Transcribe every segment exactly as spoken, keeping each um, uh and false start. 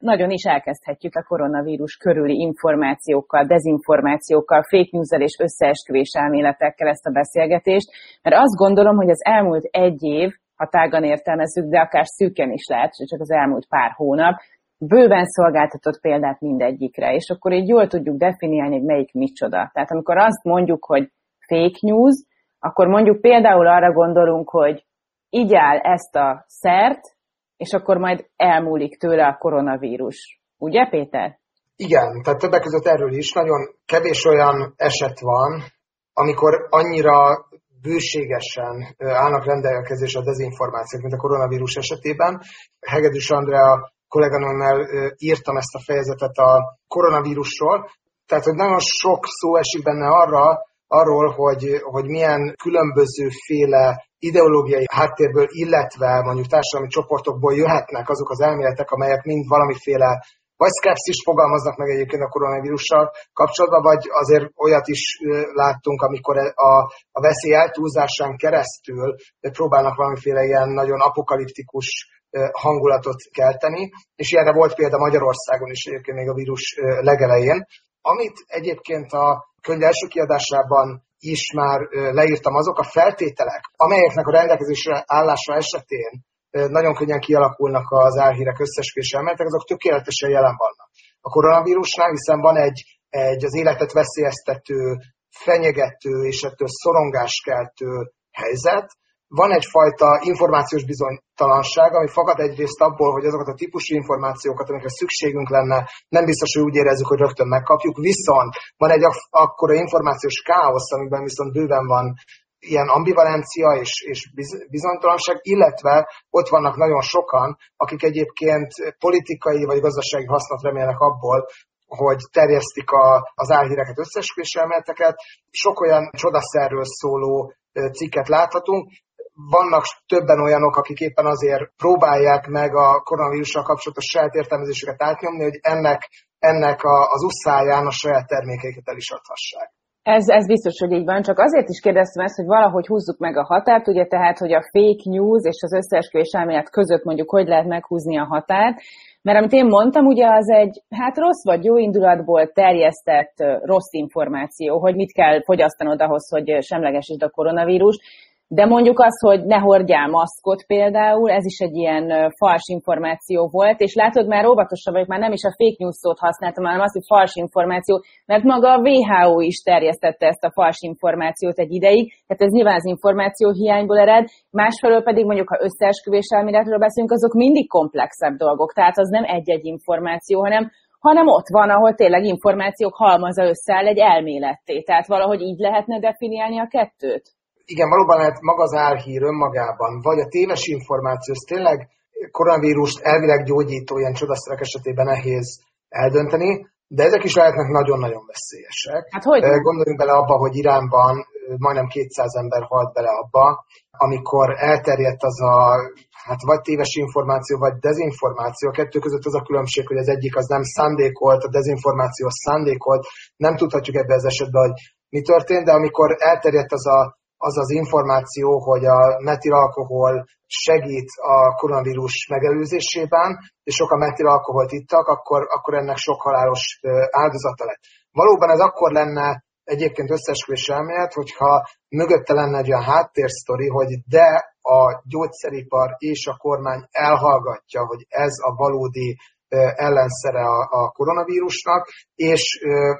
nagyon is elkezdhetjük a koronavírus körüli információkkal, dezinformációkkal, fake news-el és összeesküvés elméletekkel ezt a beszélgetést, mert azt gondolom, hogy az elmúlt egy év, ha tágan értelmezzük, de akár szűken is lehet, csak az elmúlt pár hónap, bőven szolgáltatott példát mindegyikre, és akkor így jól tudjuk definiálni, hogy melyik micsoda. Tehát amikor azt mondjuk, hogy fake news, akkor mondjuk például arra gondolunk, hogy így áll ezt a szert, és akkor majd elmúlik tőle a koronavírus. Ugye, Péter? Igen, tehát többek között erről is nagyon kevés olyan eset van, amikor annyira bőségesen állnak rendelkezésre a dezinformációk, mint a koronavírus esetében. Hegedűs Andrea kolléganőmmel írtam ezt a fejezetet a koronavírusról, tehát hogy nagyon sok szó esik benne arra, arról, hogy, hogy milyen különbözőféle ideológiai háttérből, illetve mondjuk társadalmi csoportokból jöhetnek azok az elméletek, amelyek mind valamiféle vagy szkepszist fogalmaznak meg egyébként a koronavírussal kapcsolatban, vagy azért olyat is láttunk, amikor a, a veszély eltúlzásán keresztül próbálnak valamiféle ilyen nagyon apokaliptikus hangulatot kelteni, és ilyenre volt példa Magyarországon is egyébként még a vírus legelején. Amit egyébként a könyv első kiadásában is már leírtam, azok a feltételek, amelyeknek a rendelkezésre állása esetén nagyon könnyen kialakulnak az álhírek, összeesküvés elméletek, azok tökéletesen jelen vannak a koronavírusnál, hiszen van egy, egy az életet veszélyeztető, fenyegető és ettől szorongáskeltő helyzet. Van egyfajta információs bizonytalanság, ami fakad egyrészt abból, hogy azokat a típusú információkat, amikre szükségünk lenne, nem biztos, hogy úgy érezzük, hogy rögtön megkapjuk, viszont van egy akkora információs káosz, amiben viszont bőven van ilyen ambivalencia és, és bizonytalanság, illetve ott vannak nagyon sokan, akik egyébként politikai vagy gazdasági hasznot remélnek abból, hogy terjesztik a, az álhíreket, összeesküvés elméleteket. Sok olyan csodaszerről szóló cikket láthatunk. Vannak többen olyanok, akik éppen azért próbálják meg a koronavírussal kapcsolatos saját értelmezéseket átnyomni, hogy ennek, ennek a, az uszáján a saját termékeiket el is adhassák. Ez, ez biztos, hogy így van, csak azért is kérdeztem ezt, hogy valahogy húzzuk meg a határt, ugye tehát, hogy a fake news és az összeesküvés elmélet között mondjuk hogy lehet meghúzni a határt, mert amit én mondtam, ugye az egy hát rossz vagy jó indulatból terjesztett rossz információ, hogy mit kell fogyasztanod ahhoz, hogy semlegesítsd a koronavírus. De mondjuk az, hogy ne hordjál maszkot például, ez is egy ilyen fals információ volt, és látod, már óvatosabb vagyok, már nem is a fake news szót használtam, hanem azt, hogy fals információ, mert maga a dupla vé há ó is terjesztette ezt a fals információt egy ideig, tehát ez nyilván az információ hiányból ered, másfelől pedig mondjuk, ha összeesküvés elméletről beszélünk, azok mindig komplexebb dolgok, tehát az nem egy-egy információ, hanem hanem ott van, ahol tényleg információk halmaza összeáll egy elméletté, tehát valahogy így lehetne definiálni a kettőt? Igen, valóban lehet maga az álhír önmagában, vagy a téves információ, ez tényleg koronavírust elvileg gyógyító ilyen csodaszerek esetében nehéz eldönteni, de ezek is lehetnek nagyon-nagyon veszélyesek. Hát hogy? Gondoljunk bele abba, hogy Iránban majdnem kétszáz ember halt bele abba, amikor elterjedt az a hát vagy téves információ, vagy dezinformáció. A kettő között az a különbség, hogy az egyik az nem szándékolt, a dezinformáció szándékolt. Nem tudhatjuk ebben az esetben, hogy mi történt, de amikor elterjedt az a az az információ, hogy a metilalkohol segít a koronavírus megelőzésében, és sokan metilalkoholt ittak, akkor, akkor ennek sok halálos áldozata lett. Valóban ez akkor lenne egyébként összeesküvés elmélet, hogyha mögötte lenne egy olyan háttérsztori, hogy de a gyógyszeripar és a kormány elhallgatja, hogy ez a valódi ellenszere a, a koronavírusnak, és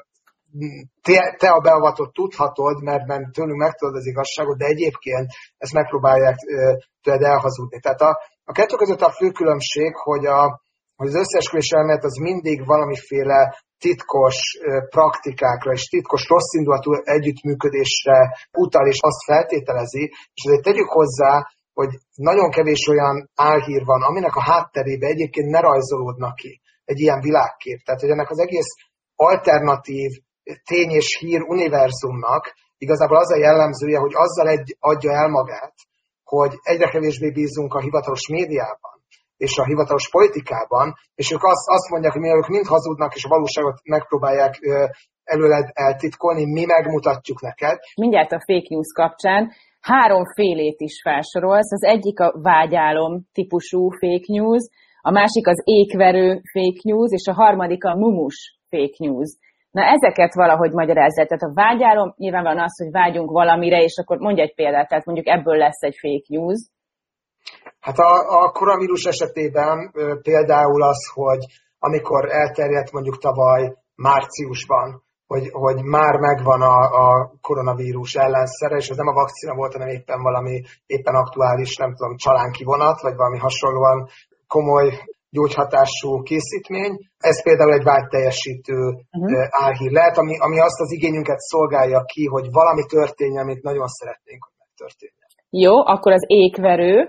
Te, te a beavatott tudhatod, mert, mert tőlünk megtudod az igazságot, de egyébként ezt megpróbálják tőled elhazudni. Tehát a, a kettő között a fő különbség, hogy, a, hogy az összeesküvés elmélet az mindig valamiféle titkos praktikákra és titkos rosszindulatú együttműködésre utal, és azt feltételezi, és azért tegyük hozzá, hogy nagyon kevés olyan álhír van, aminek a hátterébe egyébként ne rajzolódnak ki egy ilyen világkép. Tehát, hogy ennek az egész alternatív tény és hír univerzumnak igazából az a jellemzője, hogy azzal egy adja el magát, hogy egyre kevésbé bízunk a hivatalos médiában és a hivatalos politikában, és ők azt, azt mondják, hogy mi ők mind hazudnak, és a valóságot megpróbálják előled eltitkolni, mi megmutatjuk neked. Mindjárt a fake news kapcsán háromfélét is felsorolsz. Az egyik a vágyálom típusú fake news, a másik az ékverő fake news, és a harmadik a mumus fake news. Na ezeket valahogy magyarázz el. Tehát a vágyálom nyilvánvalóan az, hogy vágyunk valamire, és akkor mondj egy példát, tehát mondjuk ebből lesz egy fake news. Hát a, a koronavírus esetében például az, hogy amikor elterjedt mondjuk tavaly márciusban, hogy, hogy már megvan a, a koronavírus ellenszere, és ez nem a vakcina volt, hanem éppen valami éppen aktuális, nem tudom, csalánkivonat, vagy valami hasonlóan komoly gyógyhatású készítmény. Ez például egy vágyteljesítő uh-huh. álhír lehet, ami, ami azt az igényünket szolgálja ki, hogy valami történjen, amit nagyon szeretnénk, hogy megtörténjen. Jó, akkor az ékverő.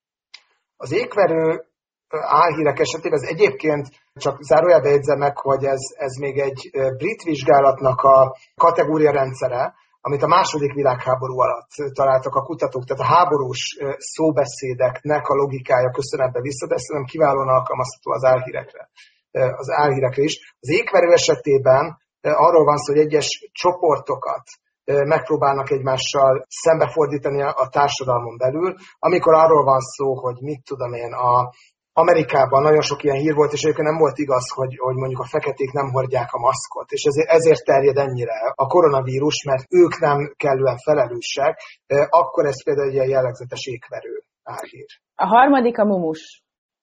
Az ékverő álhírek esetében ez egyébként csak zárójelbe jegyzem meg, hogy ez, ez még egy brit vizsgálatnak a kategóriarendszere, amit a második világháború alatt találtak a kutatók, tehát a háborús szóbeszédeknek a logikája köszön ebbe vissza, de szerintem kiválóan alkalmazható az álhírekre, az álhírekre is. Az ékverő esetében arról van szó, hogy egyes csoportokat megpróbálnak egymással szembefordítani a társadalmon belül, amikor arról van szó, hogy mit tudom én, a Amerikában nagyon sok ilyen hír volt, és egyébként nem volt igaz, hogy, hogy mondjuk a feketék nem hordják a maszkot, és ezért, ezért terjed ennyire a koronavírus, mert ők nem kellően felelősek, akkor ez például egy ilyen jellegzetes ékverő álhír. A harmadik a mumus.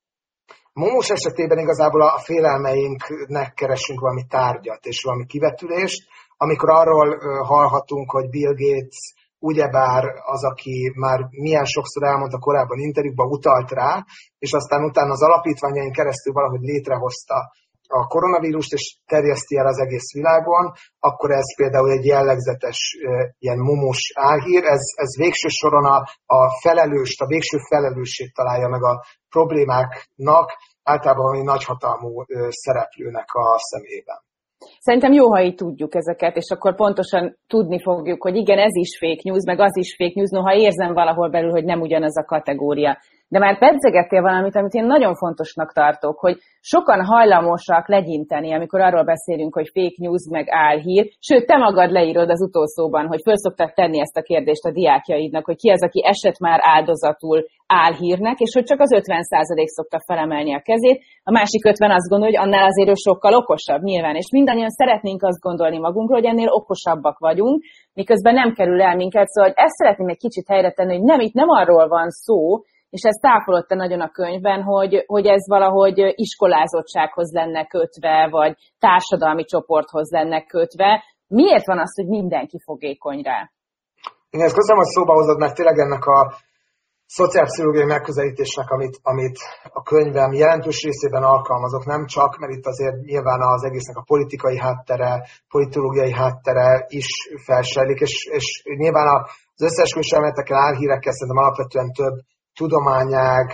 A mumus esetében igazából a félelmeinknek keresünk valami tárgyat és valami kivetülést, amikor arról hallhatunk, hogy Bill Gates ugyebár az, aki már milyen sokszor elmondta korábban interjúban, utalt rá, és aztán utána az alapítványain keresztül valahogy létrehozta a koronavírust, és terjeszti el az egész világon, akkor ez például egy jellegzetes ilyen mumus álhír. Ez, ez végső soron a, a felelőst, a végső felelősség találja meg a problémáknak, általában egy nagyhatalmú szereplőnek a személyében. Szerintem jó, ha így tudjuk ezeket, és akkor pontosan tudni fogjuk, hogy igen, ez is fake news, meg az is fake news, noha érzem valahol belül, hogy nem ugyanaz a kategória. De már pedzegettél valamit, amit én nagyon fontosnak tartok, hogy sokan hajlamosak legyinteni, amikor arról beszélünk, hogy fake news, meg álhír, sőt, te magad leírod az utószóban, hogy föl szoktad tenni ezt a kérdést a diákjaidnak, hogy ki az, aki esett már áldozatul álhírnek, és hogy csak az ötven százalék szokta felemelni a kezét, a másik ötven azt gondolja, hogy annál azért ő sokkal okosabb nyilván, és mindannyian szeretnénk azt gondolni magunkról, hogy ennél okosabbak vagyunk, miközben nem kerül el minket, szóval hogy ezt szeretném egy kicsit helyre tenni, hogy nem, itt nem arról van szó, és ez táfolodta nagyon a könyvben, hogy, hogy ez valahogy iskolázottsághoz lenne kötve, vagy társadalmi csoporthoz lenne kötve. Miért van az, hogy mindenki fogékony rá? Igen, ezt köszönöm, hogy szóba hozod, mert tényleg ennek a szociálpszichológiai megközelítésnek, amit, amit a könyvem jelentős részében alkalmazok, nem csak, mert itt azért nyilván az egésznek a politikai háttere, politológiai háttere is felsejlik, és, és nyilván az összeesküvés elméletekkel, álhírekkel szerintem alapvetően több tudományág,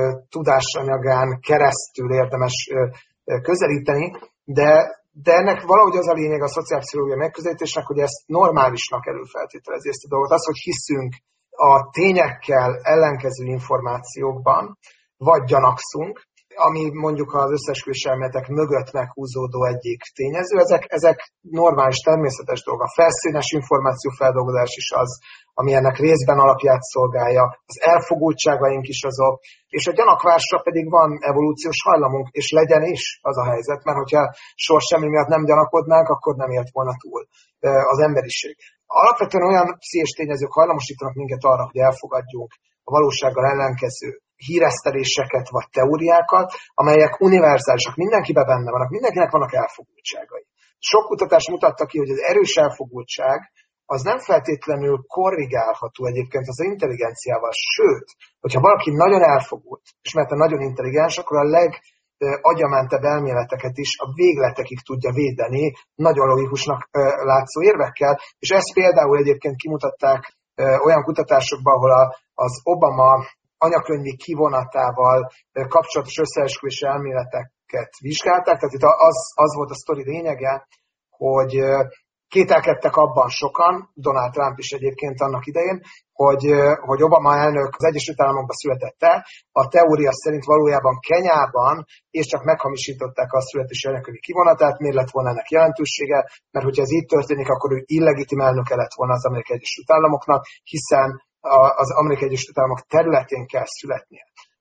tudásanyagán keresztül érdemes közelíteni, de, de ennek valahogy az a lényeg a szociálpszichológiai megközelítésnek, hogy ezt normálisnak előfeltételezi ezt a dolgot. Az, hogy hiszünk a tényekkel ellenkező információkban, vagy gyanakszunk, ami mondjuk az összeesküvés elméletek mögött meghúzódó egyik tényező, ezek, ezek normális, természetes dolgok. A felszínes információfeldolgozás is az, ami ennek részben alapját szolgálja, az elfogultságaink is azok, és a gyanakvásra pedig van evolúciós hajlamunk, és legyen is az a helyzet, mert hogyha soha semmi miatt nem gyanakodnánk, akkor nem élt volna túl az emberiség. Alapvetően olyan pszichés tényezők hajlamosítanak minket arra, hogy elfogadjunk a valósággal ellenkező híreszteléseket vagy teóriákat, amelyek univerzálisak, mindenkiben benne vannak, mindenkinek vannak elfogultságai. Sok kutatás mutatta ki, hogy az erős elfogultság az nem feltétlenül korrigálható egyébként az intelligenciával, sőt, hogyha valaki nagyon elfogult, és mert nagyon intelligens, akkor a legagyamentebb elméleteket is a végletekig tudja védeni, nagyon logikusnak látszó érvekkel, és ezt például egyébként kimutatták olyan kutatásokban, ahol az Obama anyakönyvi kivonatával kapcsolatos összeesküvés elméleteket vizsgálták, tehát itt az, az volt a sztori lényege, hogy kételkedtek abban sokan, Donald Trump is egyébként annak idején, hogy, hogy Obama elnök az Egyesült Államokban született el, a teória szerint valójában Kenyában, és csak meghamisították a születési anyakönyvi kivonatát, miért lett volna ennek jelentősége, mert hogyha ez így történik, akkor ő illegitim elnöke lett volna az Amerikai Egyesült Államoknak, hiszen az Amerikai Egyesült Államok területén kell születnie.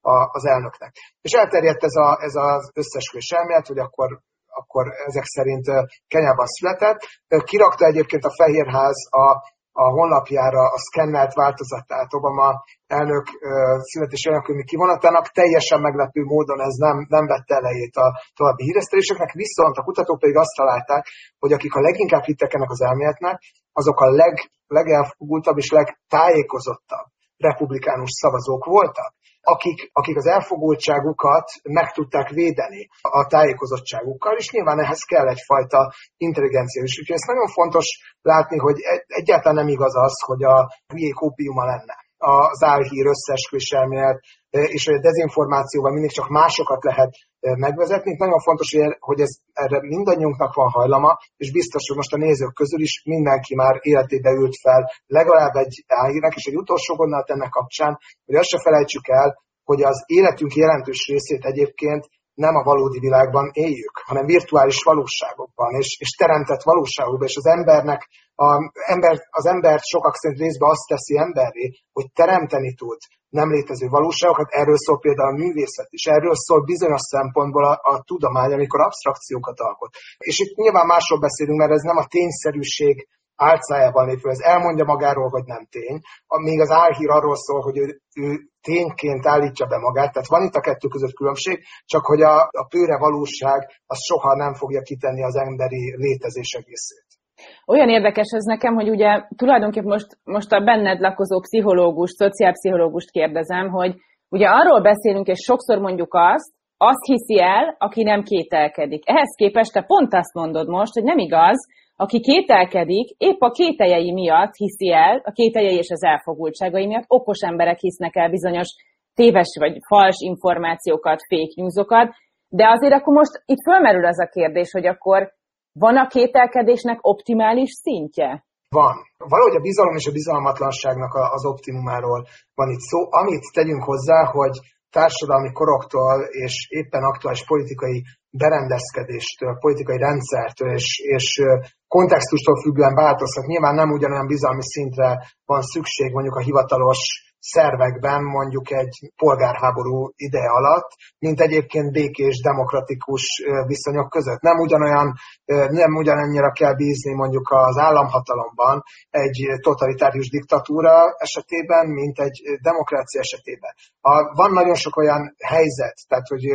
az elnöknek. És elterjedt ez, a, ez az összeesküvés elmélet, hogy akkor, akkor ezek szerint Kenyában született. Kirakta egyébként a Fehérház a a honlapjára a szkennelt változatát Obama elnök uh, születési anyagkönyvi kivonatának. Teljesen meglepő módon ez nem, nem vette elejét a további híreszteléseknek, viszont a kutatók pedig azt találták, hogy akik a leginkább hittek ennek az elméletnek, azok a leg, legelfogultabb és legtájékozottabb republikánus szavazók voltak, akik, akik az elfogultságukat meg tudták védeni a tájékozottságukkal, és nyilván ehhez kell egyfajta intelligencia is. Úgyhogy ez nagyon fontos látni, hogy egyáltalán nem igaz az, hogy a hülyék ópiuma lenne az álhír, összeesküvés elmélet, és hogy a dezinformációval mindig csak másokat lehet megvezetni. Nagyon fontos, hogy ez, erre mindannyiunknak van hajlama, és biztos, hogy most a nézők közül is mindenki már életébe ült fel legalább egy álhírnek, és egy utolsó gondolat ennek kapcsán, hogy azt se felejtsük el, hogy az életünk jelentős részét egyébként nem a valódi világban éljük, hanem virtuális valóságokban, és, és teremtett valóságokban, és az embernek, a, ember, az embert sokak szerint részben azt teszi emberré, hogy teremteni tud nem létező valóságokat, erről szól például a művészet is, erről szól bizonyos szempontból a, a tudomány, amikor absztrakciókat alkot. És itt nyilván másról beszélünk, mert ez nem a tényszerűség álcájában lép, ez elmondja magáról, hogy nem tény. Még az álhír arról szól, hogy ő, ő tényként állítja be magát, tehát van itt a kettő között különbség, csak hogy a, a pőre valóság az soha nem fogja kitenni az emberi létezés egészét. Olyan érdekes ez nekem, hogy ugye tulajdonképpen most, most a benned lakozó pszichológus, szociálpszichológust kérdezem, hogy ugye arról beszélünk, és sokszor mondjuk azt, azt hiszi el, aki nem kételkedik. Ehhez képest te pont azt mondod most, hogy nem igaz, aki kételkedik, épp a kételjei miatt hiszi el, a kételjei és az elfogultságai miatt okos emberek hisznek el bizonyos téves vagy fals információkat, fake newsokat, de azért akkor most itt fölmerül az a kérdés, hogy akkor van a kételkedésnek optimális szintje? Van. Valahogy a bizalom és a bizalmatlanságnak az optimumáról van itt szó. Amit tegyünk hozzá, hogy társadalmi koroktól és éppen aktuális politikai berendezkedéstől, politikai rendszertől és, és kontextustól függően változhat. Nyilván nem ugyanolyan bizalmi szintre van szükség mondjuk a hivatalos szervekben mondjuk egy polgárháború ideje alatt, mint egyébként békés, demokratikus viszonyok között. Nem ugyanolyan, nem ugyanannyira kell bízni mondjuk az államhatalomban egy totalitárius diktatúra esetében, mint egy demokrácia esetében. A, van nagyon sok olyan helyzet, tehát hogy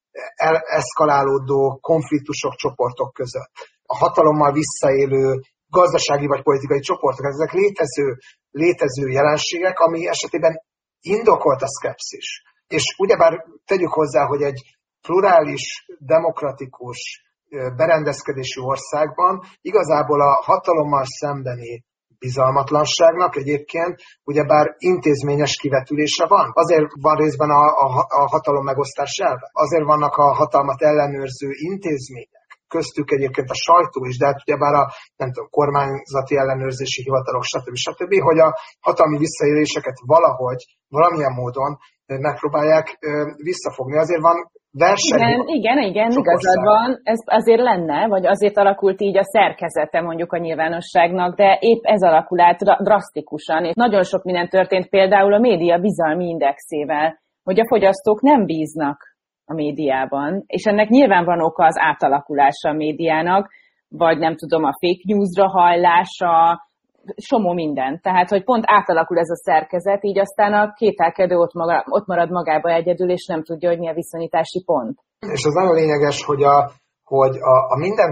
eszkalálódó konfliktusok csoportok között. A hatalommal visszaélő gazdasági vagy politikai csoportok, ezek létező, létező jelenségek, ami esetében indokolt a szkepszis. És ugyebár tegyük hozzá, hogy egy plurális, demokratikus berendezkedésű országban igazából a hatalommal szembeni bizalmatlanságnak egyébként ugyebár intézményes kivetülése van. Azért van részben a, a, a hatalom megosztás elve. Azért vannak a hatalmat ellenőrző intézmények. Köztük egyébként a sajtó is, de hát ugyebár a nem tudom, kormányzati ellenőrzési hivatalok, stb. stb., hogy a hatalmi visszaéléseket valahogy, valamilyen módon megpróbálják visszafogni. Azért van verseny. Igen, igen, igen, igazad van. Ez azért lenne, vagy azért alakult így a szerkezete mondjuk a nyilvánosságnak, de épp ez alakul át drasztikusan, és nagyon sok minden történt például a média bizalmi indexével, hogy a fogyasztók nem bíznak a médiában, és ennek nyilván van oka az átalakulása a médiának, vagy nem tudom, a fake newsra hajlása, somó minden. Tehát, hogy pont átalakul ez a szerkezet, így aztán a kételkedő ott, maga, ott marad magába egyedül, és nem tudja, hogy mi a viszonyítási pont. És az nagyon lényeges, hogy a, hogy a, a mindent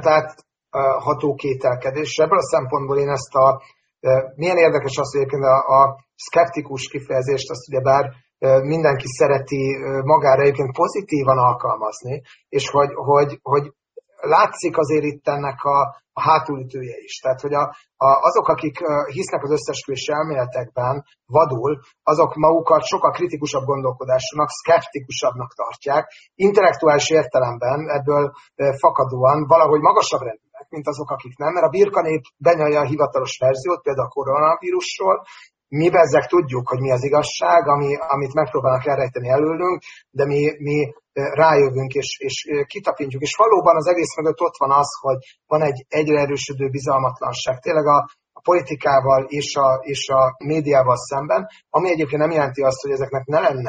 átható kételkedés, és ebből a szempontból én ezt a, milyen érdekes az, hogy a, a szkeptikus kifejezést, azt ugyebár mindenki szereti magára egyébként pozitívan alkalmazni, és hogy, hogy, hogy látszik azért itt ennek a, a hátulütője is. Tehát, hogy a, a, azok, akik hisznek az összeesküvés elméletekben vadul, azok magukat sokkal kritikusabb gondolkodásúnak, szkeptikusabbnak tartják, intellektuális értelemben ebből fakadóan valahogy magasabb rendűek, mint azok, akik nem, mert a birkanép benyalja a hivatalos verziót, például a koronavírusról, mi bezzeg tudjuk, hogy mi az igazság, ami, amit megpróbálnak elrejteni előlünk, de mi, mi rájövünk és, és kitapintjuk. És valóban az egész mögött ott van az, hogy van egy egyre erősödő bizalmatlanság. Tényleg a, a politikával és a, és a médiával szemben, ami egyébként nem jelenti azt, hogy ezeknek ne lenne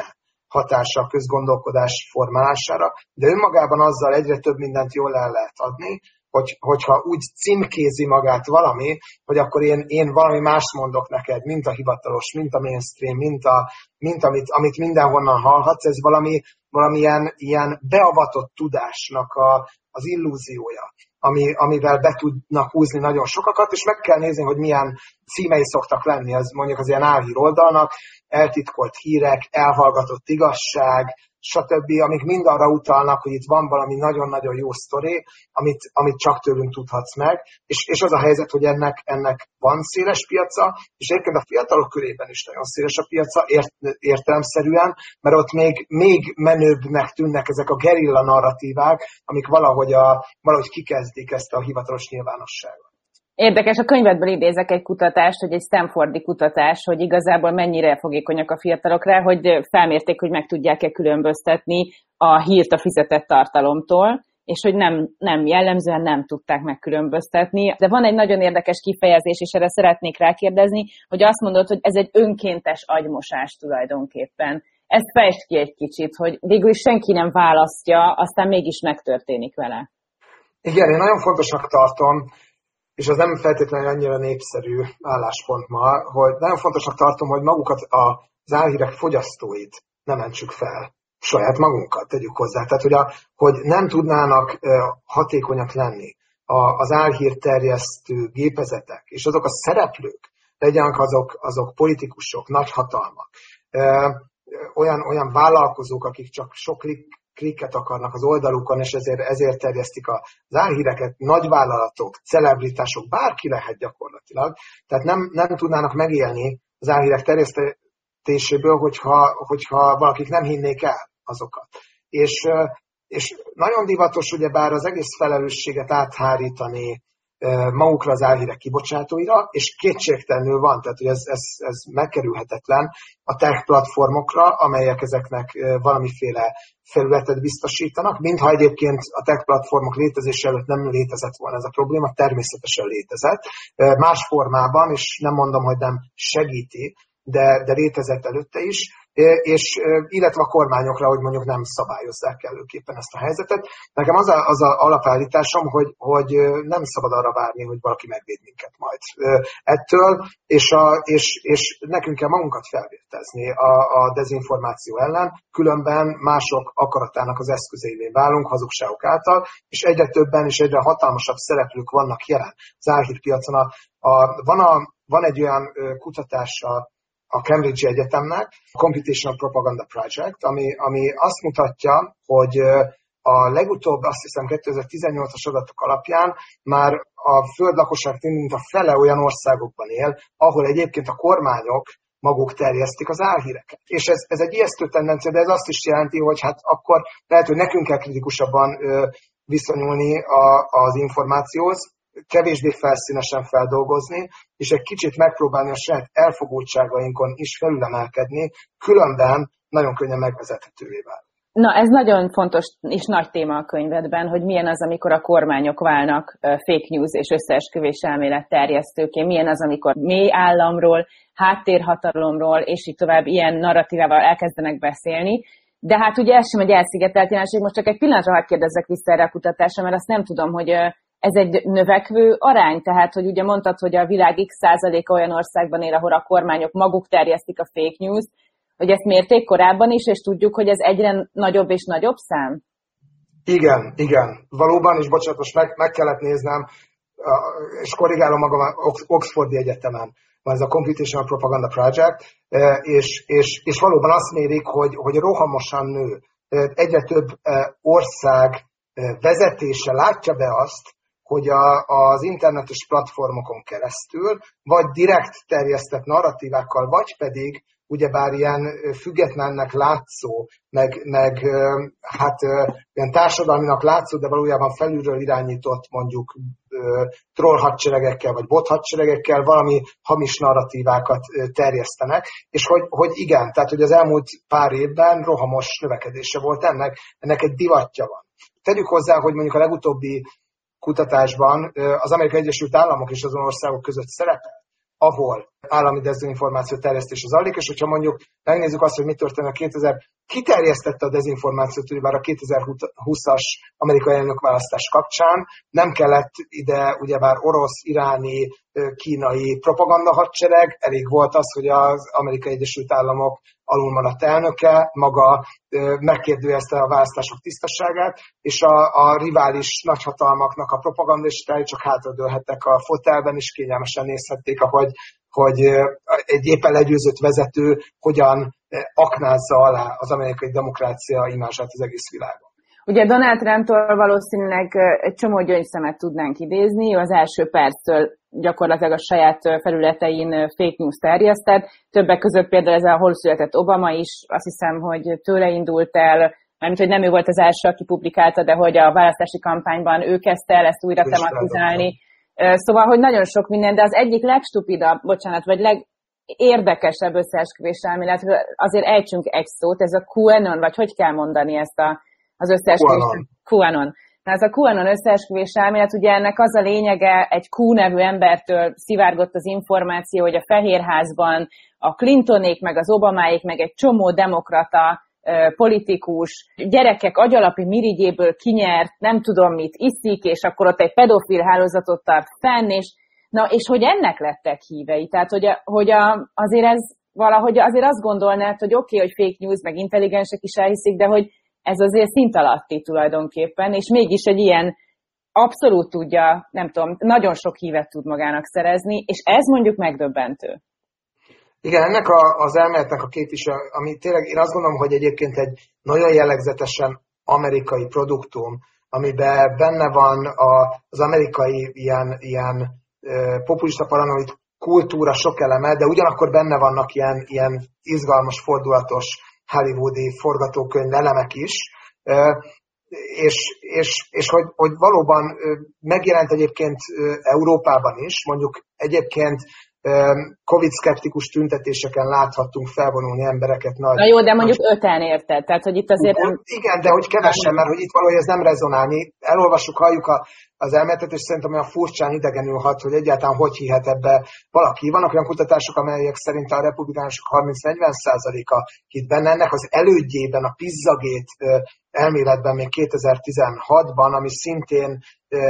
hatása a közgondolkodás formálására, de önmagában azzal egyre több mindent jól el lehet adni, hogy, hogyha úgy címkézi magát valami, hogy akkor én, én valami mást mondok neked, mint a hivatalos, mint a mainstream, mint, a, mint amit, amit mindenhonnan hallhatsz, ez valami, valamilyen ilyen beavatott tudásnak a, az illúziója, ami, amivel be tudnak húzni nagyon sokakat, és meg kell nézni, hogy milyen címei szoktak lenni, az mondjuk az ilyen álhír oldalnak, eltitkolt hírek, elhallgatott igazság, stb., amik mind arra utalnak, hogy itt van valami nagyon-nagyon jó sztori, amit, amit csak tőlünk tudhatsz meg, és, és az a helyzet, hogy ennek, ennek van széles piaca, és egyébként a fiatalok körében is nagyon széles a piaca, ért, értelemszerűen, mert ott még, még menőbbnek tűnnek ezek a gerilla narratívák, amik valahogy, a, valahogy kikezdik ezt a hivatalos nyilvánosságot. Érdekes, a könyvedből idézek egy kutatást, hogy egy Stanfordi kutatás, hogy igazából mennyire fogékonyak a fiatalok rá, hogy felmérték, hogy meg tudják-e különböztetni a hírt a fizetett tartalomtól, és hogy nem, nem jellemzően nem tudták megkülönböztetni. De van egy nagyon érdekes kifejezés, és erre szeretnék rákérdezni, hogy azt mondod, hogy ez egy önkéntes agymosás tulajdonképpen. Ezt fejtsd ki egy kicsit, hogy végül is senki nem választja, aztán mégis megtörténik vele. Igen, én nagyon fontosnak tartom, és az nem feltétlenül annyira népszerű álláspont ma, hogy nagyon fontosnak tartom, hogy magukat az álhírek fogyasztóit nem mentsük fel. Saját magunkat tegyük hozzá. Tehát, hogy, a, hogy nem tudnának hatékonyak lenni az álhírterjesztő gépezetek, és azok a szereplők, legyenek azok, azok politikusok, nagyhatalmak, olyan, olyan vállalkozók, akik csak sok klikket akarnak az oldalukon, és ezért, ezért terjesztik az álhíreket, nagyvállalatok, celebritások, bárki lehet gyakorlatilag. Tehát nem, nem tudnának megélni az álhírek terjesztéséből, hogyha, hogyha valakik nem hinnék el azokat. És, és nagyon divatos ugyebár az egész felelősséget áthárítani magukra az álhírek kibocsátóira, és kétségtelenül van, tehát hogy ez, ez, ez megkerülhetetlen a tech platformokra, amelyek ezeknek valamiféle felületet biztosítanak, mintha egyébként a tech platformok létezése előtt nem létezett volna ez a probléma, természetesen létezett, más formában, és nem mondom, hogy nem segíti, de, de létezett előtte is, és illetve a kormányokra, hogy mondjuk nem szabályozzák előképpen ezt a helyzetet. Nekem az a, az a alapállításom, hogy, hogy nem szabad arra várni, hogy valaki megvéd minket majd ettől, és, a, és, és nekünk kell magunkat felvértezni a, a dezinformáció ellen, különben mások akaratának az eszközeivé válunk hazugságok által, és egyre többen és egyre hatalmasabb szereplők vannak jelen az álhírpiacon. A, a, van, a, van egy olyan kutatása a Cambridge Egyetemnek, a Computational Propaganda Project, ami, ami azt mutatja, hogy a legutóbb, azt hiszem kétezer-tizennyolcas adatok alapján már a föld lakosság mint a fele olyan országokban él, ahol egyébként a kormányok maguk terjesztik az álhíreket. És ez, ez egy ijesztő tendencia, de ez azt is jelenti, hogy hát akkor lehet, hogy nekünk kell kritikusabban ö, viszonyulni a, az információhoz, kevésbé felszínesen feldolgozni, és egy kicsit megpróbálni a saját elfogultságainkon is felülemelkedni, különben nagyon könnyen megvezethetővé válik. Na, ez nagyon fontos és nagy téma a könyvedben, hogy milyen az, amikor a kormányok válnak fake news és összeesküvés elmélet terjesztőké, milyen az, amikor mély államról, háttérhatalomról, és így tovább ilyen narratívával elkezdenek beszélni. De hát ugye ez sem egy elszigetelt jelenség, most csak egy pillanatra hadd kérdezzek vissza erre a kutatásra, mert azt nem tudom, hogy ez egy növekvő arány, tehát, hogy ugye mondtad, hogy a világ x százaléka olyan országban él, ahol a kormányok maguk terjesztik a fake news, hogy ezt mérték korábban is, és tudjuk, hogy ez egyre nagyobb és nagyobb szám? Igen, igen. Valóban, és bocsánat, most meg, meg kellett néznem, és korrigálom magam, Oxfordi Egyetemen van ez a Computational Propaganda Project, és, és, és valóban azt mérik, hogy, hogy rohamosan nő. Egyre több ország vezetése látja be azt, hogy a, az internetes platformokon keresztül, vagy direkt terjesztett narratívákkal, vagy pedig ugyebár ilyen függetlennek látszó, meg, meg hát ilyen társadalminak látszó, de valójában felülről irányított mondjuk troll hadseregekkel, vagy bot hadseregekkel valami hamis narratívákat terjesztenek, és hogy, hogy igen, tehát hogy az elmúlt pár évben rohamos növekedése volt ennek, ennek egy divatja van. Tegyük hozzá, hogy mondjuk a legutóbbi kutatásban az Amerikai Egyesült Államok és azon országok között szerepel, ahol állami dezinformáció terjesztése zajlik, és hogyha mondjuk megnézzük azt, hogy mi történt a kétezer, kiterjesztette a dezinformációt, ugyebár a kétezer-húszas amerikai elnökválasztás kapcsán, nem kellett ide ugyebár orosz, iráni, kínai propagandahadsereg, elég volt az, hogy az Amerikai Egyesült Államok alulmaradt elnöke maga megkérdőjezte a választások tisztaságát, és a, a rivális nagyhatalmaknak a propagandisták csak hátradőlhettek a fotelben, és kényelmesen nézhették, ahogy hogy egy éppen legyőzött vezető hogyan aknázza alá az amerikai demokrácia imázsát az egész világon. Ugye Donald Trumptól valószínűleg egy csomó gyöngyszemet tudnánk idézni, ő az első perctől gyakorlatilag a saját felületein fake news terjesztett. Többek között például ez a hol született Obama is, azt hiszem, hogy tőle indult el, mármint, hogy nem ő volt az első, aki publikálta, de hogy a választási kampányban ő kezdte el ezt újra tematizálni. Szóval, hogy nagyon sok minden, de az egyik legstupidabb, bocsánat, vagy legérdekesebb összeesküvés elmélet, azért ejtsünk egy szót, ez a QAnon, vagy hogy kell mondani ezt a, az összeesküvés? QAnon. QAnon. Na, ez a QAnon összeesküvés elmélet, ugye ennek az a lényege, egy Q nevű embertől szivárgott az információ, hogy a Fehérházban a Clintonék, meg az Obamáék, meg egy csomó demokrata politikus, gyerekek agyalapi mirigyéből kinyert, nem tudom mit, iszik, és akkor ott egy pedofil hálózatot tart fenn, és, na, és hogy ennek lettek hívei. Tehát, hogy, a, hogy a, azért ez valahogy azért azt gondolnád, hogy oké, okay, hogy fake news, meg intelligensek is elhiszik, de hogy ez azért szint alatti tulajdonképpen, és mégis egy ilyen abszolút tudja, nem tudom, nagyon sok hívet tud magának szerezni, és ez mondjuk megdöbbentő. Igen, ennek a, az elméletnek a képviselő, ami tényleg én azt gondolom, hogy egyébként egy nagyon jellegzetesen amerikai produktum, amiben benne van a, az amerikai ilyen, ilyen e, populista paranoid kultúra sok eleme, de ugyanakkor benne vannak ilyen, ilyen izgalmas, fordulatos hollywoodi forgatókönyv elemek is, e, és, és, és hogy, hogy valóban megjelent egyébként Európában is, mondjuk egyébként Covid-szkeptikus tüntetéseken láthattunk felvonulni embereket. Nagy, Na jó, de mondjuk nagy... öten érted, tehát hogy itt azért... Nem... Igen, de hogy kevesen, mert hogy itt valahogy ez nem rezonálni. Elolvassuk, halljuk a, az elméletet, és szerintem olyan furcsán idegenül hat, hogy egyáltalán hogy hihet ebbe valaki. Vannak olyan kutatások, amelyek szerint a republikánusok harminc-negyven százaléka hitt benne. Ennek az elődjében, a Pizzagate elméletben még kétezer-tizenhatban, ami szintén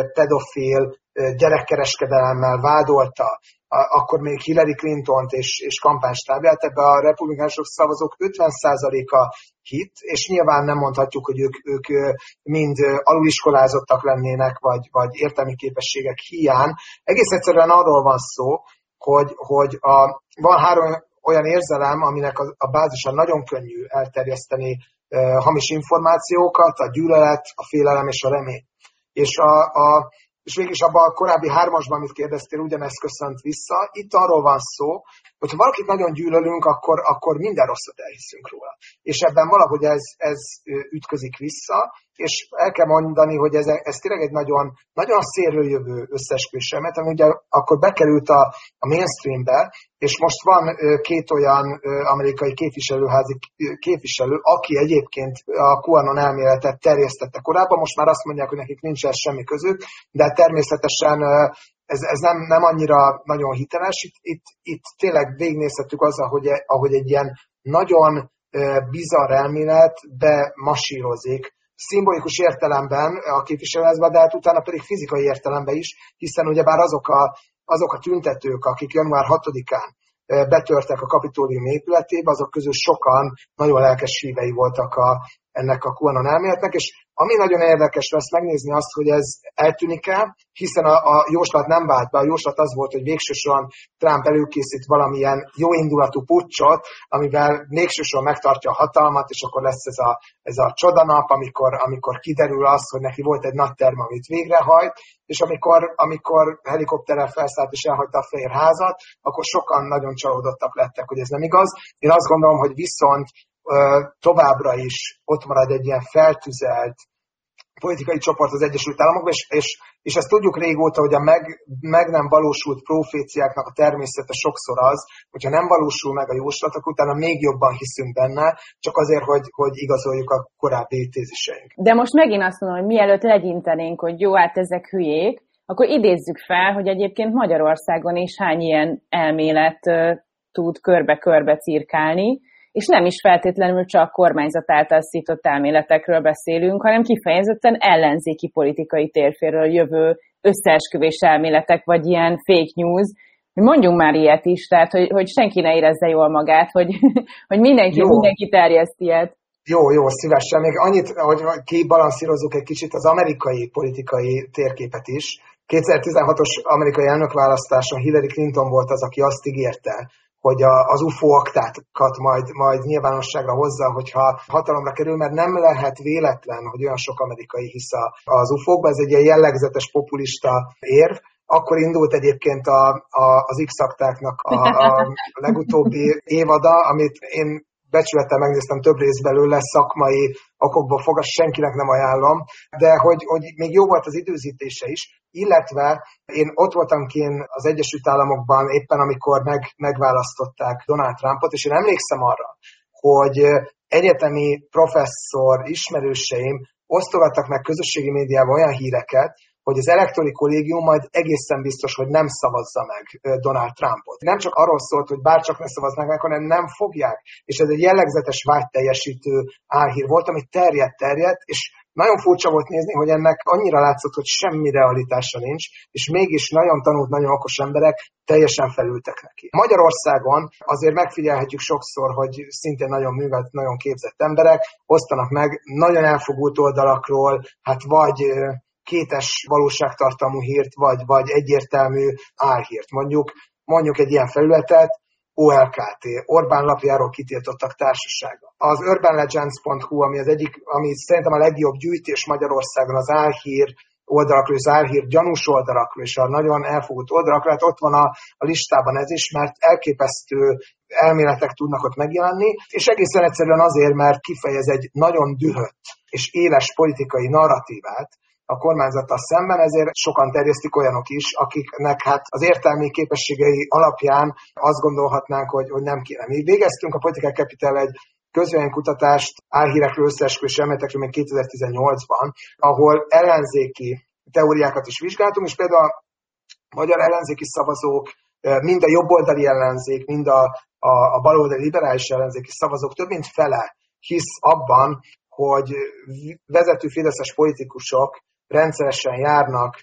pedofil gyerekkereskedelemmel vádolta, akkor még Hillary Clintont és, és kampánystábját, ebbe a republikánusok szavazók ötven százaléka hit, és nyilván nem mondhatjuk, hogy ők, ők mind aluliskolázottak lennének, vagy, vagy értelmi képességek hiány. Egész egyszerűen arról van szó, hogy, hogy a, van három olyan érzelem, aminek a, a bázisa nagyon könnyű elterjeszteni eh, hamis információkat, a gyűlölet, a félelem és a remény. És a, a És végülis abban a korábbi hármasban, amit kérdeztél, ugyanezt köszönt vissza. Itt arról van szó, hogy ha valakit nagyon gyűlölünk, akkor, akkor minden rosszat elhiszünk róla. És ebben valahogy ez, ez ütközik vissza, és el kell mondani, hogy ez, ez tényleg egy nagyon, nagyon szélről jövő összeesküvés elmélet, ami ugye akkor bekerült a, a mainstreambe, és most van két olyan amerikai képviselőházi képviselő, aki egyébként a QAnon elméletet terjesztette korábban, most már azt mondják, hogy nekik nincs ez semmi közük, de természetesen ez, ez nem, nem annyira nagyon hiteles. Itt, itt, itt tényleg végignézhetjük azzal, hogy, ahogy egy ilyen nagyon bizarr elmélet bemasírozik, szimbolikus értelemben a képviselőházban, de hát utána pedig fizikai értelemben is, hiszen ugyebár azok a, azok a tüntetők, akik január hatodikán betörtek a Kapitólium épületébe, azok közül sokan nagyon lelkes hívei voltak a, ennek a QAnon elméletnek, és ami nagyon érdekes lesz megnézni azt, hogy ez eltűnik-e, hiszen a, a jóslat nem vált be. A jóslat az volt, hogy végsősorban Trump előkészít valamilyen jóindulatú puccsot, amivel végsősorban megtartja a hatalmat, és akkor lesz ez a, ez a csodanap, amikor, amikor kiderül az, hogy neki volt egy nagy terve, amit végrehajt, és amikor, amikor helikopterrel felszállt és elhagyta a Fehérházat, akkor sokan nagyon csalódottak lettek, hogy ez nem igaz. Én azt gondolom, hogy viszont továbbra is ott marad egy ilyen feltüzelt politikai csoport az Egyesült Államokban, és, és, és ezt tudjuk régóta, hogy a meg, meg nem valósult proféciáknak a természete sokszor az, hogyha nem valósul meg a jóslatok, utána még jobban hiszünk benne, csak azért, hogy, hogy igazoljuk a korábbi téziseink. De most megint azt mondom, hogy mielőtt legyintenénk, hogy jó, hát ezek hülyék, akkor idézzük fel, hogy egyébként Magyarországon is hány ilyen elmélet tud körbe-körbe cirkálni, és nem is feltétlenül csak kormányzat által szított elméletekről beszélünk, hanem kifejezetten ellenzéki politikai térféről jövő összeesküvés elméletek, vagy ilyen fake news. Mondjunk már ilyet is, tehát hogy, hogy senki ne érezze jól magát, hogy, hogy mindenki, mindenki terjeszt ilyet. Jó, jó, szívesen. Még annyit, hogy kibalanszírozzuk egy kicsit az amerikai politikai térképet is. kétezer-tizenhatos amerikai elnökválasztáson Hillary Clinton volt az, aki azt ígérte, hogy az u f o aktákat majd, majd nyilvánosságra hozza, hogyha hatalomra kerül, mert nem lehet véletlen, hogy olyan sok amerikai hisz az u f o-kba, ez egy ilyen jellegzetes populista érv. Akkor indult egyébként a, a, az X-aktáknak a, a legutóbbi évada, amit én becsülettel megnéztem, több rész belőle, szakmai okokból fogva, senkinek nem ajánlom, de hogy, hogy még jó volt az időzítése is, illetve én ott voltam kint az Egyesült Államokban éppen, amikor meg, megválasztották Donald Trumpot, és én emlékszem arra, hogy egyetemi professzor ismerőseim osztogattak meg közösségi médiában olyan híreket, hogy az elektori kollégium majd egészen biztos, hogy nem szavazza meg Donald Trumpot. Nem csak arról szólt, hogy bárcsak ne szavaznák meg, hanem nem fogják. És ez egy jellegzetes vágyteljesítő álhír volt, ami terjedt-terjedt, és nagyon furcsa volt nézni, hogy ennek annyira látszott, hogy semmi realitása nincs, és mégis nagyon tanult, nagyon okos emberek teljesen felültek neki. Magyarországon azért megfigyelhetjük sokszor, hogy szintén nagyon művelt, nagyon képzett emberek osztanak meg nagyon elfogult oldalakról, hát vagy kétes valóságtartalmú hírt, vagy, vagy egyértelmű álhírt. Mondjuk, mondjuk egy ilyen felületet, o el ká té, Orbán lapjáról kitiltottak társasága. Az urban legends pont hu, ami az egyik, ami szerintem a legjobb gyűjtés Magyarországon az álhír oldalakról, az álhír gyanús oldalakról, és a nagyon elfogult oldalakról, hát ott van a, a listában ez is, mert elképesztő elméletek tudnak ott megjelenni, és egészen egyszerűen azért, mert kifejez egy nagyon dühött és éles politikai narratívát a kormányzattal szemben, ezért sokan terjesztik olyanok is, akiknek hát az értelmi képességei alapján azt gondolhatnánk, hogy, hogy nem kéne. Mi végeztünk a Political Capital egy közvéleménykutatást álhírekről, összeesküvés elméletekről még kétezer-tizennyolcban, ahol ellenzéki teóriákat is vizsgáltunk, és például a magyar ellenzéki szavazók, mind a jobboldali ellenzék, mind a, a, a baloldali liberális ellenzéki szavazók több mint fele hisz abban, hogy vezető fideszes politikusok rendszeresen járnak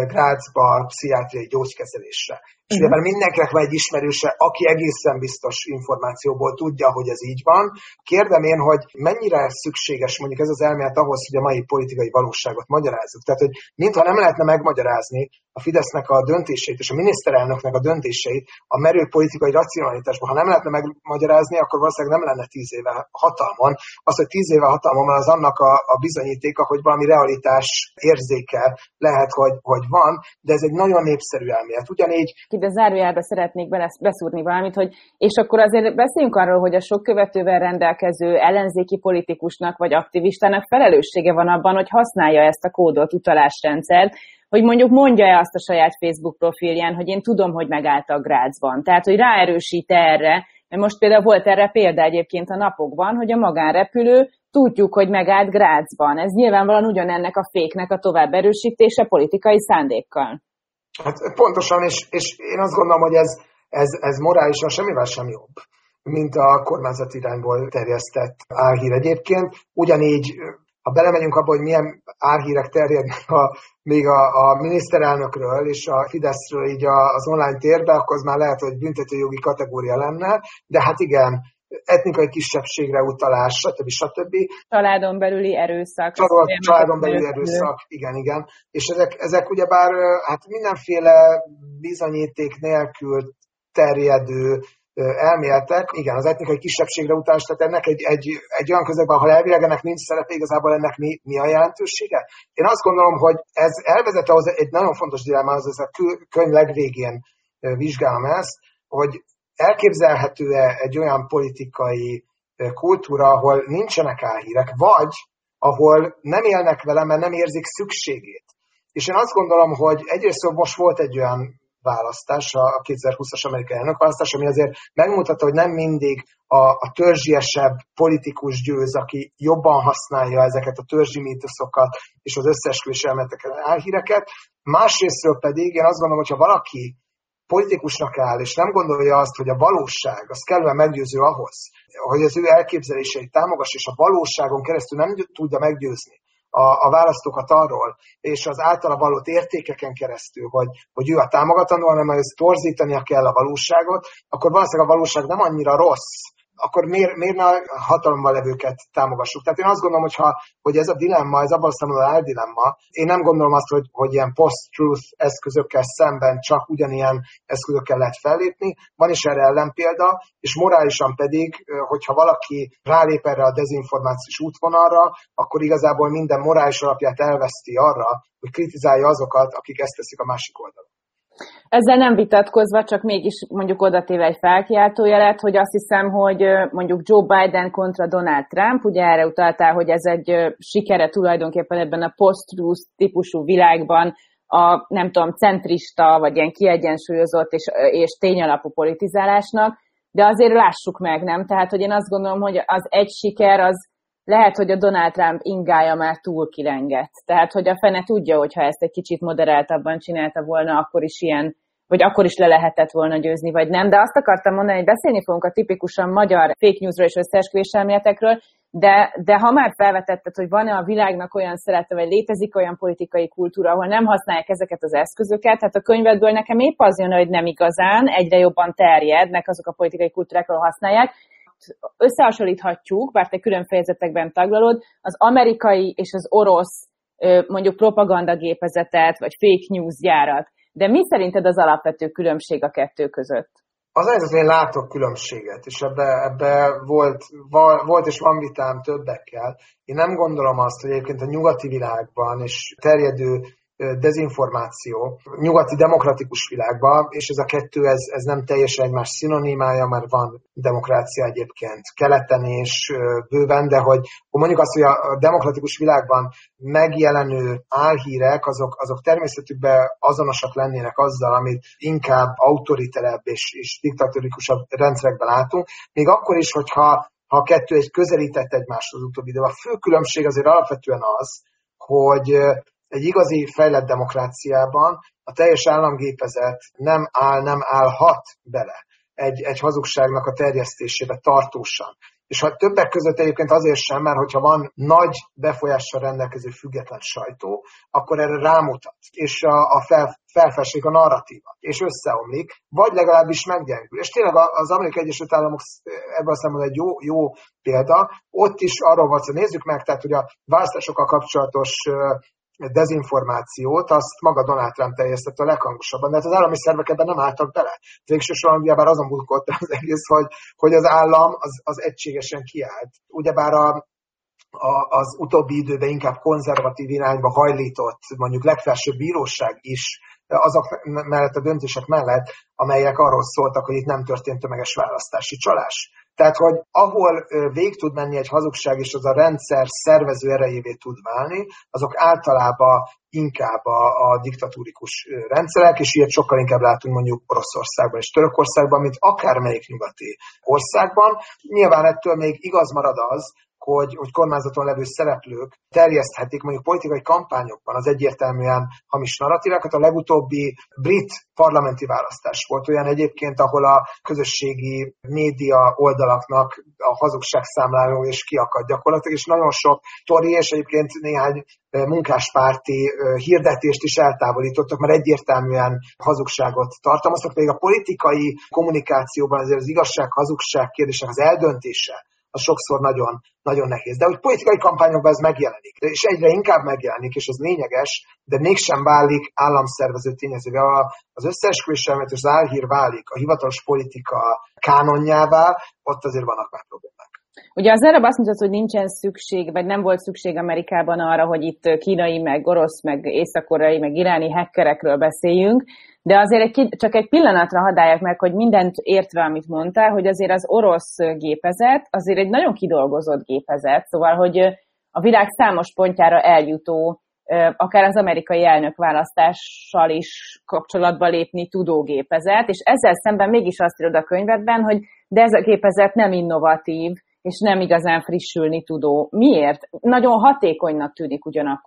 Grazba pszichiátriai gyógykezelésre. És uh-huh. ugyebár mindenkinek van egy ismerőse, aki egészen biztos információból tudja, hogy ez így van. Kérdem én, hogy mennyire szükséges mondjuk ez az elmélet ahhoz, hogy a mai politikai valóságot magyarázzuk. Tehát, hogy mintha nem lehetne megmagyarázni a Fidesznek a döntéseit és a miniszterelnöknek a döntéseit a merő politikai racionalitásban. Ha nem lehetne megmagyarázni, akkor valószínűleg nem lenne tíz éve hatalmon. Az, hogy tíz éve hatalmon van, az annak a, a bizonyítéka, hogy valami realitás érzéke lehet, hogy, hogy van, de ez egy nagyon népszerű elmélet. Ugyanígy ide zárójelbe szeretnék beszúrni valamit, hogy és akkor azért beszéljünk arról, hogy a sok követővel rendelkező ellenzéki politikusnak vagy aktivistának felelőssége van abban, hogy használja ezt a kódolt utalásrendszert, hogy mondjuk mondja-e azt a saját Facebook profilján, hogy én tudom, hogy megálltak Grazban. Tehát, hogy ráerősít erre, mert most például volt erre példa egyébként a napokban, hogy a magánrepülő tudjuk, hogy megállt Grazban. Ez nyilvánvalóan ugyanennek a féknek a tovább erősítése politikai szándékkal. Hát pontosan, és, és én azt gondolom, hogy ez, ez, ez morálisan semmivel sem jobb, mint a kormányzati irányból terjesztett álhír egyébként. Ugyanígy, ha belemegyünk abba, hogy milyen álhírek terjednek a, még a, a miniszterelnökről és a Fideszről így az online térbe, akkor az már lehet, hogy büntetőjogi kategória lenne, de hát igen, etnikai kisebbségre utalás, stb. stb. Családon belüli erőszak. Családon, családon belüli erőszak, igen, igen. És ezek, ezek ugyebár hát mindenféle bizonyíték nélkül terjedő elméletek, igen, az etnikai kisebbségre utalás, tehát ennek egy, egy, egy olyan közegben, ahol elvileg ennek nincs szerepe, igazából ennek mi, mi a jelentősége? Én azt gondolom, hogy ez elvezet ahhoz egy nagyon fontos dilemmához, ez a könyv legvégén vizsgálom ezt, hogy elképzelhető-e egy olyan politikai kultúra, ahol nincsenek álhírek, vagy ahol nem élnek vele, mert nem érzik szükségét. És én azt gondolom, hogy egyrészt most volt egy olyan választás, a kétezer-húszas amerikai elnökválasztás, ami azért megmutatta, hogy nem mindig a, a törzsiesebb politikus győz, aki jobban használja ezeket a törzsi mítoszokat és az összeesküvés elméleteket, álhíreket, Másrésztről pedig én azt gondolom, hogyha valaki politikusnak áll, és nem gondolja azt, hogy a valóság az kellően meggyőző ahhoz, hogy az ő elképzeléseit támogassa, és a valóságon keresztül nem tudja meggyőzni a, a választókat arról, és az általa valót értékeken keresztül, hogy, hogy ő a támogatandó, hanem hogy ezt torzítania kell a valóságot, akkor valószínűleg a valóság nem annyira rossz, akkor miért, miért ne a hatalommal levőket támogassuk? Tehát én azt gondolom, hogy, ha, hogy ez a dilemma, ez abban a szemben áldilemma. Én nem gondolom azt, hogy, hogy ilyen post-truth eszközökkel szemben csak ugyanilyen eszközökkel lehet fellépni. Van is erre ellenpélda, és morálisan pedig, hogyha valaki rálép erre a dezinformációs útvonalra, akkor igazából minden morális alapját elveszti arra, hogy kritizálja azokat, akik ezt teszik a másik oldalon. Ezzel nem vitatkozva, csak mégis mondjuk odatéve egy felkiáltójelet, hogy azt hiszem, hogy mondjuk Joe Biden kontra Donald Trump, ugye erre utaltál, hogy ez egy sikere tulajdonképpen ebben a post-truth típusú világban a, nem tudom, centrista, vagy ilyen kiegyensúlyozott és, és tényalapú politizálásnak, de azért lássuk meg, nem? Tehát, hogy én azt gondolom, hogy az egy siker, az lehet, hogy a Donald Trump ingája már túl kilengett. Tehát, hogy a fene tudja, hogyha ezt egy kicsit moderáltabban csinálta volna, akkor is ilyen, vagy akkor is le lehetett volna győzni, vagy nem. De azt akartam mondani, hogy beszélni fogunk a tipikusan magyar fake newsról és összeesküvés elméletekről, de, de ha már felvetetted, hogy van-e a világnak olyan szerete, vagy létezik olyan politikai kultúra, ahol nem használják ezeket az eszközöket, hát a könyvedből nekem épp az jön, hogy nem igazán, egyre jobban terjednek azok a politikai kultúrák, ahol használják. Összehasonlíthatjuk, bár te külön fejezetekben taglalod, az amerikai és az orosz mondjuk propagandagépezetet, vagy fake news gyárat. De mi szerinted az alapvető különbség a kettő között? Az az, hogy én látok különbséget, és ebbe, ebbe volt, volt és van vitám többekkel. Én nem gondolom azt, hogy egyébként a nyugati világban és terjedő dezinformáció, nyugati demokratikus világban, és ez a kettő, ez, ez nem teljesen egymás szinonimája, mert van demokrácia egyébként keleten és bőven, de hogy, hogy mondjuk azt, hogy a demokratikus világban megjelenő álhírek, azok, azok természetükben azonosak lennének azzal, amit inkább autoriterebb és, és diktatórikusabb rendszerekben látunk, még akkor is, hogyha ha a kettő egy közelített egymáshoz az utóbbi időben. A fő különbség azért alapvetően az, hogy egy igazi fejlett demokráciában a teljes államgépezet nem áll, nem állhat bele egy, egy hazugságnak a terjesztésébe tartósan. És ha többek között egyébként azért sem, mert hogyha van nagy befolyással rendelkező független sajtó, akkor erre rámutat, és a, a fel, felfessék a narratíva, és összeomlik, vagy legalábbis meggyengül. És tényleg az Amerikai Egyesült Államok ebből a szemben egy jó, jó példa, ott is arról van szó, nézzük meg, tehát hogy a választásokkal kapcsolatos dezinformációt, azt maga Donald Trump terjesztette a leghangosabban, de hát az állami szervek ebben nem álltak bele. Végső soron ugyebár azon bukott az egész, hogy, hogy az állam az, az egységesen kiállt. Ugyebár a, a, az utóbbi időben inkább konzervatív irányba hajlított, mondjuk legfelsőbb bíróság is azok mellett a döntések mellett, amelyek arról szóltak, hogy itt nem történt tömeges választási csalás. Tehát, hogy ahol végig tud menni egy hazugság, és az a rendszer szervező erejévé tud válni, azok általában inkább a, a diktatúrikus rendszerek, és ilyet sokkal inkább látunk mondjuk Oroszországban és Törökországban, mint akármelyik nyugati országban. Nyilván ettől még igaz marad az, hogy, hogy kormányzaton levő szereplők terjeszthetik mondjuk politikai kampányokban az egyértelműen hamis narratívákat. A legutóbbi brit parlamenti választás volt olyan egyébként, ahol a közösségi média oldalaknak a hazugság számláló és kiakadt gyakorlatilag, és nagyon sok Tory és egyébként néhány munkáspárti hirdetést is eltávolítottak, mert egyértelműen hazugságot tartalmaztak, pedig a politikai kommunikációban azért az igazság-hazugság kérdések az eldöntése az sokszor nagyon, nagyon nehéz. De hogy politikai kampányokban ez megjelenik, és egyre inkább megjelenik, és ez lényeges, de mégsem válik államszervező tényezővé. Az összeesküvés elmélet és az álhír válik a hivatalos politika kánonjává, ott azért vannak már problémák. Ugye az előbb azt mondtad, hogy nincsen szükség, vagy nem volt szükség Amerikában arra, hogy itt kínai, meg orosz, meg észak-koreai, meg iráni hackerekről beszéljünk, de azért egy, csak egy pillanatra hadd álljak meg, hogy mindent értve, amit mondtál, hogy azért az orosz gépezet azért egy nagyon kidolgozott gépezet, szóval, hogy a világ számos pontjára eljutó, akár az amerikai elnökválasztással is kapcsolatba lépni tudó gépezet, és ezzel szemben mégis azt írod a könyvedben, hogy de ez a gépezet nem innovatív, és nem igazán frissülni tudó. Miért? Nagyon hatékonynak tűnik ugyanakkor.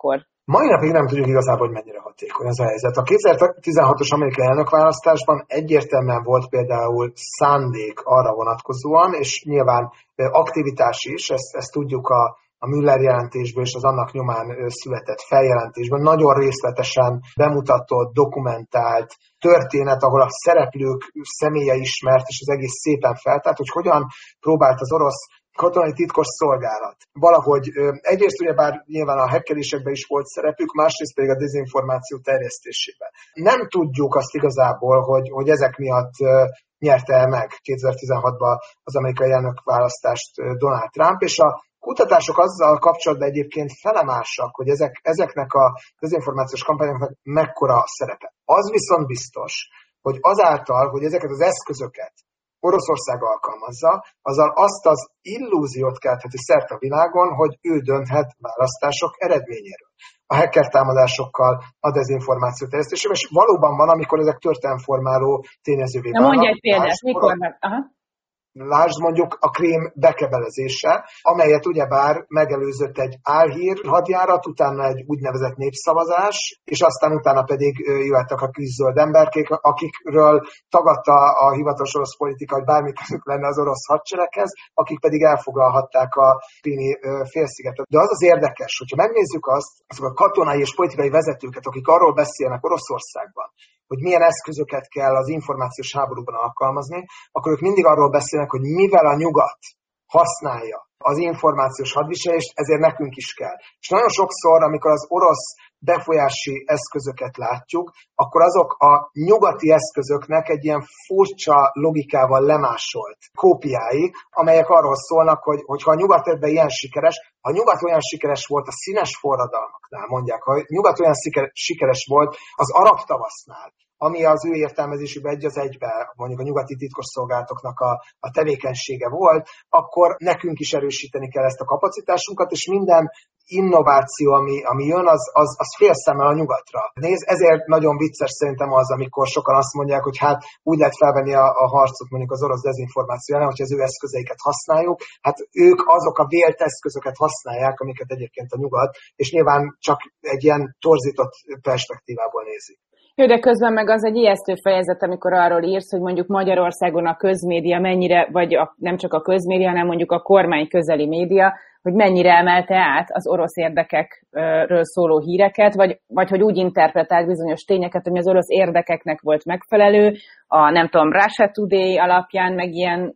Mai napig nem tudjuk igazából, hogy mennyire hatékony ez a helyzet. A kétezer-tizenhatos amerikai elnökválasztásban egyértelműen volt például szándék arra vonatkozóan, és nyilván aktivitás is, ezt, ezt tudjuk a a Müller jelentésből és az annak nyomán született feljelentésben nagyon részletesen bemutatott, dokumentált történet, ahol a szereplők személye ismert, és az egész szépen feltárt, hogy hogyan próbált az orosz katonai titkos szolgálat valahogy egyrészt ugyebár nyilván a hekkelésekben is volt szerepük, másrészt pedig a dezinformáció terjesztésében. Nem tudjuk azt igazából, hogy, hogy ezek miatt nyerte el meg kétezer-tizenhatban az amerikai elnökválasztást Donald Trump, és a kutatások azzal kapcsolatban egyébként felemásak, hogy ezek, ezeknek a dezinformációs kampányoknak mekkora szerepe. Az viszont biztos, hogy azáltal, hogy ezeket az eszközöket Oroszország alkalmazza, azzal azt az illúziót keltheti szerte a világon, hogy ő dönthet választások eredményéről. A hacker támadásokkal, a dezinformáció terjesztésével, és valóban van, amikor ezek történelemformáló tényezővé válnak. Na mondj egy példát, mikor meg? Aha. Lásd mondjuk a Krím bekebelezése, amelyet ugyebár megelőzött egy álhír hadjárat, utána egy úgynevezett népszavazás, és aztán utána pedig jöttek a kis-zöld emberkék, akikről tagadta a hivatalos orosz politika, hogy bármi közük lenne az orosz hadsereghez, akik pedig elfoglalhatták a krími félszigetet. De az az érdekes, hogyha megnézzük azt, azok a katonai és politikai vezetőket, akik arról beszélnek Oroszországban, hogy milyen eszközöket kell az információs háborúban alkalmazni, akkor ők mindig arról beszélnek, hogy mivel a nyugat használja az információs hadviselést, ezért nekünk is kell. És nagyon sokszor, amikor az orosz befolyási eszközöket látjuk, akkor azok a nyugati eszközöknek egy ilyen furcsa logikával lemásolt kópiái, amelyek arról szólnak, hogy, hogy ha a nyugat ebben ilyen sikeres, ha a nyugat olyan sikeres volt a színes forradalmaknál, mondják, ha a nyugat olyan sikeres volt az arab tavasznál, ami az ő értelmezésükben egy az egybe, mondjuk a nyugati titkosszolgálatoknak a, a tevékenysége volt, akkor nekünk is erősíteni kell ezt a kapacitásunkat, és minden innováció, ami, ami jön, az, az, az félszemmel a nyugatra néz. Ezért nagyon vicces szerintem az, amikor sokan azt mondják, hogy hát úgy lehet felvenni a, a harcot mondjuk az orosz dezinformáció ellen, hogy az ő eszközeiket használjuk. Hát ők azok a vélt eszközöket használják, amiket egyébként a nyugat, és nyilván csak egy ilyen torzított perspektívából nézik. Jó, de közben meg az egy ijesztő fejezet, amikor arról írsz, hogy mondjuk Magyarországon a közmédia mennyire, vagy a, nem csak a közmédia, hanem mondjuk a kormány közeli média, hogy mennyire emelte át az orosz érdekekről szóló híreket, vagy, vagy hogy úgy interpretált bizonyos tényeket, hogy az orosz érdekeknek volt megfelelő, a nem tudom, Russia Today alapján, meg ilyen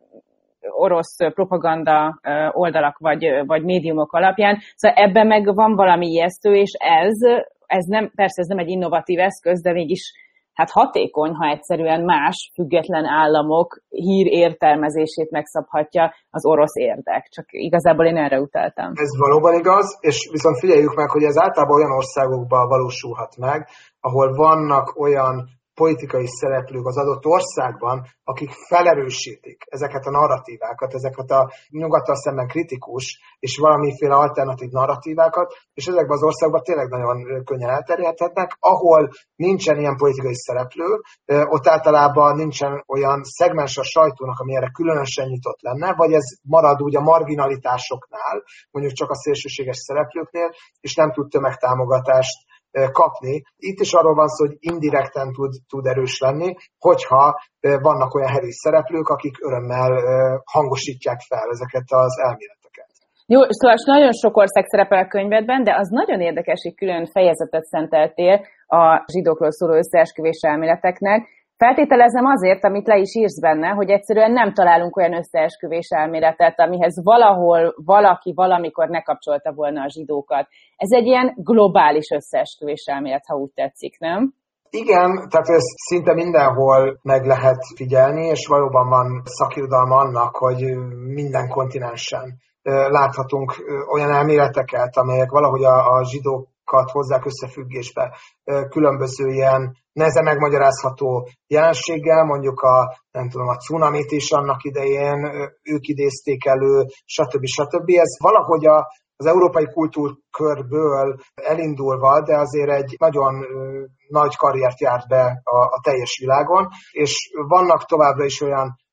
orosz propaganda oldalak, vagy, vagy médiumok alapján. Szóval ebben meg van valami ijesztő, és ez... Ez nem, persze ez nem egy innovatív eszköz, de mégis hát hatékony, ha egyszerűen más független államok hír értelmezését megszabhatja az orosz érdek. Csak igazából én erre utaltam. Ez valóban igaz, és viszont figyeljük meg, hogy ez általában olyan országokban valósulhat meg, ahol vannak olyan politikai szereplők az adott országban, akik felerősítik ezeket a narratívákat, ezeket a nyugattal szemben kritikus és valamiféle alternatív narratívákat, és ezekben az országban tényleg nagyon könnyen elterjedhetnek, ahol nincsen ilyen politikai szereplő, ott általában nincsen olyan szegmens a sajtónak, ami erre különösen nyitott lenne, vagy ez marad úgy a marginalitásoknál, mondjuk csak a szélsőséges szereplőknél, és nem tud tömegtámogatást kapni. Itt is arról van szó, hogy indirekten tud, tud erős lenni, hogyha vannak olyan helyi szereplők, akik örömmel hangosítják fel ezeket az elméleteket. Jó, szóval nagyon sok ország szerepel a könyvedben, de az nagyon érdekes, hogy külön fejezetet szenteltél a zsidókról szóló összeesküvés elméleteknek. Feltételezem azért, amit le is írsz benne, hogy egyszerűen nem találunk olyan összeesküvés elméletet, amihez valahol valaki valamikor ne kapcsolta volna a zsidókat. Ez egy ilyen globális összeesküvés elmélet, ha úgy tetszik, nem? Igen, tehát ezt szinte mindenhol meg lehet figyelni, és valóban van szakirodalma annak, hogy minden kontinensen láthatunk olyan elméleteket, amelyek valahogy a, a zsidókat hozzák összefüggésbe különböző ilyen nehezen megmagyarázható jelenséggel, mondjuk a, nem tudom, a cunamit is annak idején ők idézték elő, stb. stb. Ez valahogy a, az európai kultúrkörből elindulva, de azért egy nagyon nagy karriert járt be a, a teljes világon, és vannak továbbra is olyan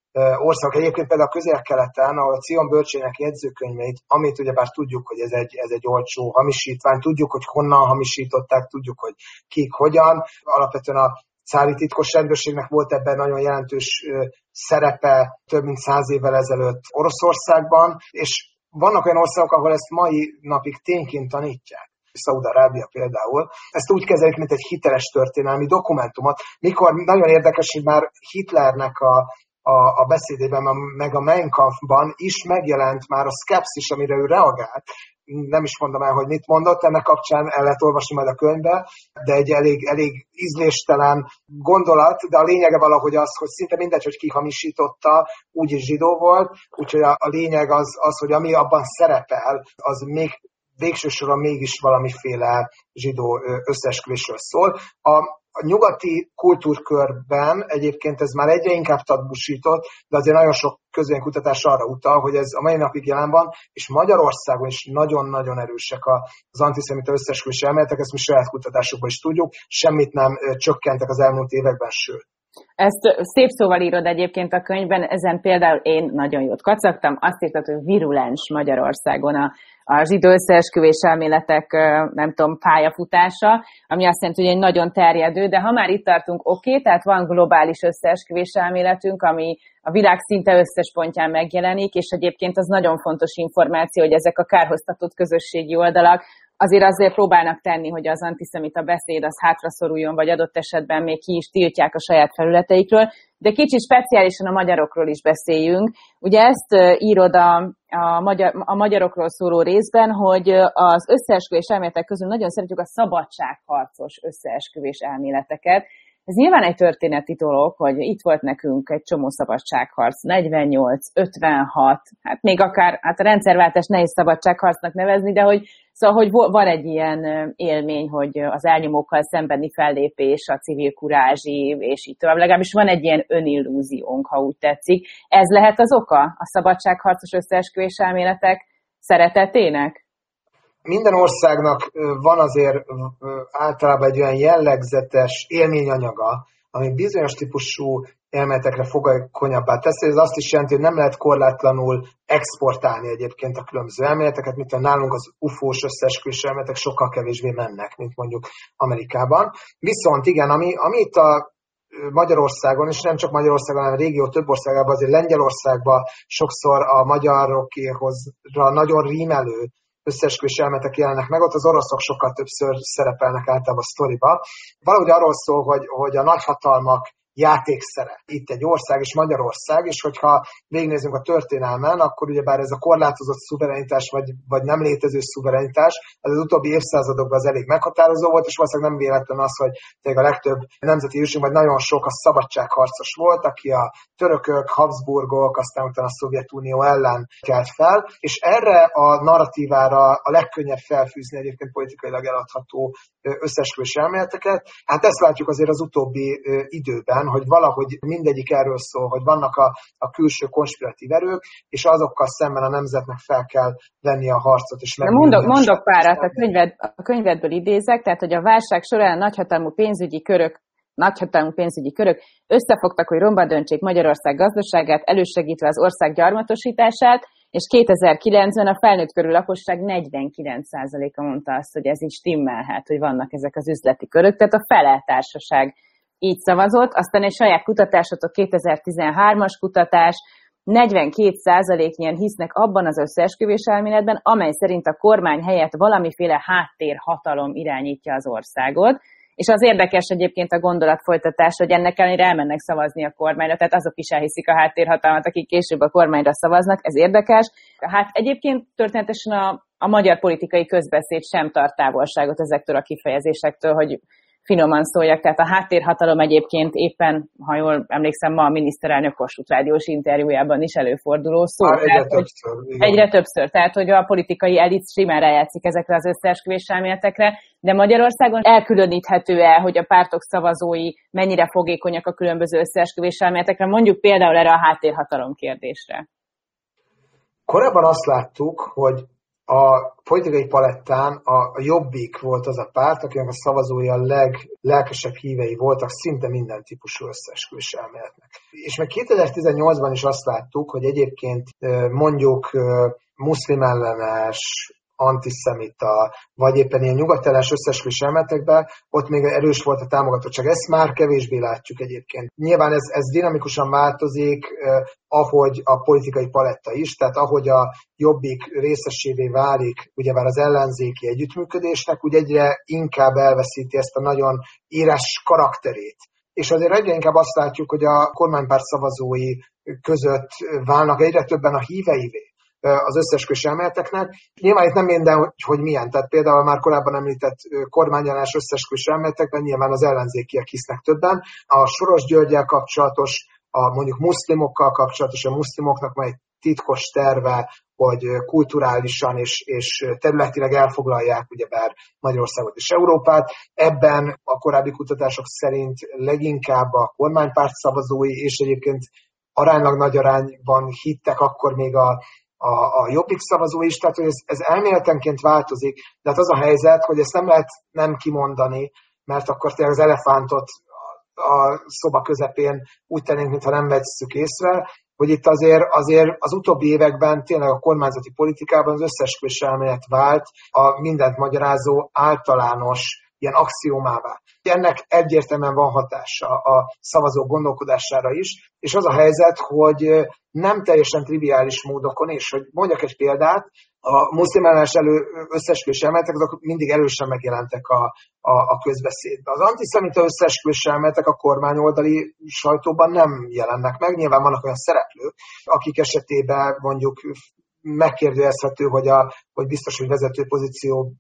országok. Egyébként például a Közel-Keleten, ahol a Cion bölcsének jegyzőkönyveit, amit ugyebár tudjuk, hogy ez egy, ez egy olcsó hamisítvány, tudjuk, hogy honnan hamisították, tudjuk, hogy kik, hogyan. Alapvetően a cári titkos rendőrségnek volt ebben nagyon jelentős szerepe több mint száz évvel ezelőtt Oroszországban, és vannak olyan országok, ahol ezt mai napig tényként tanítják. Szaúd-Arábia például. Ezt úgy kezelik, mint egy hiteles történelmi dokumentumot, mikor nagyon érdekes, hogy már Hitlernek a, a, a beszédében, meg a Mein Kampfban is megjelent már a szkepszis, amire ő reagált. Nem is mondom el, hogy mit mondott, ennek kapcsán el lehet olvasni majd a könyvbe, de egy elég, elég ízléstelen gondolat, de a lényege valahogy az, hogy szinte mindegy, hogy ki hamisította, úgyis zsidó volt, úgyhogy a, a lényeg az, az, hogy ami abban szerepel, az még végső soron mégis valamiféle zsidó összeesküvésről szól. A A nyugati kultúrkörben egyébként ez már egyre inkább tabusított, de azért nagyon sok közvéleménykutatás arra utal, hogy ez a mai napig jelen van, és Magyarországon is nagyon-nagyon erősek az antiszemita összeesküvési elméletek, ezt mi saját kutatásokban is tudjuk, semmit nem csökkentek az elmúlt években, sőt. Ezt szép szóval írod egyébként a könyvben, ezen például én nagyon jót kacagtam, azt írtad, hogy virulens Magyarországon a, a zsidó összeesküvés elméletek, nem tudom, pályafutása, ami azt jelenti, hogy egy nagyon terjedő, de ha már itt tartunk, oké, okay, tehát van globális összeesküvés elméletünk, ami a világ szinte összes pontján megjelenik, és egyébként az nagyon fontos információ, hogy ezek a kárhoztatott közösségi oldalak azért azért próbálnak tenni, hogy az antiszemita beszéd az hátraszoruljon, vagy adott esetben még ki is tiltják a saját felületeikről, de kicsit speciálisan a magyarokról is beszéljünk. Ugye ezt írod a, a, magyar, a magyarokról szóló részben, hogy az összeesküvés elméletek közül nagyon szeretjük a szabadságharcos összeesküvés elméleteket. Ez nyilván egy történeti dolog, hogy itt volt nekünk egy csomó szabadságharc, negyvennyolc, ötvenhat, hát még akár hát a rendszerváltás nehéz szabadságharcnak nevezni, de hogy, szóval, hogy van egy ilyen élmény, hogy az elnyomókkal szembeni fellépés, a civil kurázsi, és így tovább. Legalábbis van egy ilyen önillúziónk, ha úgy tetszik. Ez lehet az oka a szabadságharcos összeesküvés elméletek szeretetének? Minden országnak van azért általában egy olyan jellegzetes élményanyaga, ami bizonyos típusú elméletekre fogalkonyabbá teszi. Ez azt is jelenti, hogy nem lehet korlátlanul exportálni egyébként a különböző elméleteket, mint a nálunk az ufós összeesküvés elméletek sokkal kevésbé mennek, mint mondjuk Amerikában. Viszont igen, ami, ami itt a Magyarországon, és nem csak Magyarországon, hanem a régió több országában, azért Lengyelországban sokszor a magyarokéhoz nagyon rímelő összeesküvés elméletek jelennek meg, ott az oroszok sokkal többször szerepelnek általában a sztoriba. Valahogy arról szól, hogy, hogy a nagyhatalmak játékszere. Itt egy ország és Magyarország, és hogyha végignézünk a történelmen, akkor ugyebár ez a korlátozott szuverenitás, vagy, vagy nem létező szuverenitás, ez az utóbbi évszázadokban az elég meghatározó volt, és valószínűleg nem véletlen az, hogy a legtöbb nemzeti ősünk, vagy nagyon sok a szabadságharcos volt, aki a törökök, Habsburgok, aztán utána a Szovjetunió ellen kelt fel, és erre a narratívára a legkönnyebb felfűzni egyébként politikailag eladható összeesküvés elméleteket. Hát ezt látjuk azért az utóbbi időben, hogy valahogy mindegyik erről szól, hogy vannak a, a külső konspiratív erők, és azokkal szemben a nemzetnek fel kell venni a harcot. És mondok, mondok párat, a, könyved, a könyvedből idézek, tehát hogy a válság során nagyhatalmú pénzügyi körök nagyhatalmú pénzügyi körök összefogtak, hogy romba döntsék Magyarország gazdaságát, elősegítve az ország gyarmatosítását, és kétezer-kilencben a felnőtt körű lakosság negyvenkilenc százaléka mondta azt, hogy ez így stimmelhet, hogy vannak ezek az üzleti körök, tehát a fele társaság így szavazott, aztán egy saját kutatásotok, kétezer-tizenhármas kutatás, negyvenkét százaléknyian hisznek abban az összeesküvés elméletben, amely szerint a kormány helyett valamiféle háttérhatalom irányítja az országot. És az érdekes egyébként a gondolatfolytatás, hogy ennek ellenére elmennek szavazni a kormányra, tehát azok is elhiszik a háttérhatalmat, akik később a kormányra szavaznak, ez érdekes. Hát egyébként történetesen a, a magyar politikai közbeszéd sem tart távolságot ezektől a kifejezésektől, hogy finoman szóljak, tehát a háttérhatalom egyébként éppen, ha jól emlékszem, ma a miniszterelnök Kossuth Rádiós interjújában is előforduló szó. Már egyre tehát, többször. Egyre többször, tehát hogy a politikai elit simán rájátszik ezekre az összeesküvés elméletekre, de Magyarországon elkülöníthető-e, hogy a pártok szavazói mennyire fogékonyak a különböző összeesküvés elméletekre, mondjuk például erre a háttérhatalom kérdésre? Korábban azt láttuk, hogy a politikai palettán a Jobbik volt az a párt, akinek a szavazói a leglelkesebb hívei voltak szinte minden típusú összeesküvés elméletnek. És meg kétezer-tizennyolcban is azt láttuk, hogy egyébként mondjuk muszlim ellenes, antiszemita, vagy éppen ilyen nyugatellenes összeesküvés elméletekben, ott még erős volt a támogatottság. Ezt már kevésbé látjuk egyébként. Nyilván ez, ez dinamikusan változik, eh, ahogy a politikai paletta is, tehát ahogy a Jobbik részesévé válik, ugyebár az ellenzéki együttműködésnek, úgy egyre inkább elveszíti ezt a nagyon éles karakterét. És azért egyre inkább azt látjuk, hogy a kormánypárt szavazói között válnak egyre többen a híveivé az összeesküvés elméleteknek. Nyilván itt nem minden, hogy, hogy milyen. Tehát például már korábban említett kormányellenes összeesküvés elméletekben nyilván az ellenzékiek hisznek többen. A Soros Györggyel kapcsolatos, a mondjuk muszlimokkal kapcsolatos, a muszlimoknak majd titkos terve, hogy kulturálisan és, és területileg elfoglalják ugyebár Magyarországot és Európát. Ebben a korábbi kutatások szerint leginkább a kormánypárt szavazói, és egyébként aránylag nagy arányban hittek akkor még a A, a Jobbik szavazó is, tehát hogy ez, ez elméletenként változik, de hát az a helyzet, hogy ezt nem lehet nem kimondani, mert akkor tényleg az elefántot a, a szoba közepén úgy tennénk, mintha nem vesszük észre, hogy itt azért, azért az utóbbi években tényleg a kormányzati politikában az összeesküvés elmélet vált a mindent magyarázó általános ilyen axiómává. Ennek egyértelműen van hatása a szavazók gondolkodására is, és az a helyzet, hogy nem teljesen triviális módokon, és hogy mondjak egy példát, a muszlim ellenes elő összeesküvés elméletek, azok mindig erősen megjelentek a, a, a közbeszédben. Az antiszemita összeesküvés elméletek a kormányoldali sajtóban nem jelennek meg, nyilván vannak olyan szereplők, akik esetében mondjuk megkérdőjelezhető, hogy, a, hogy biztos, hogy vezető pozíció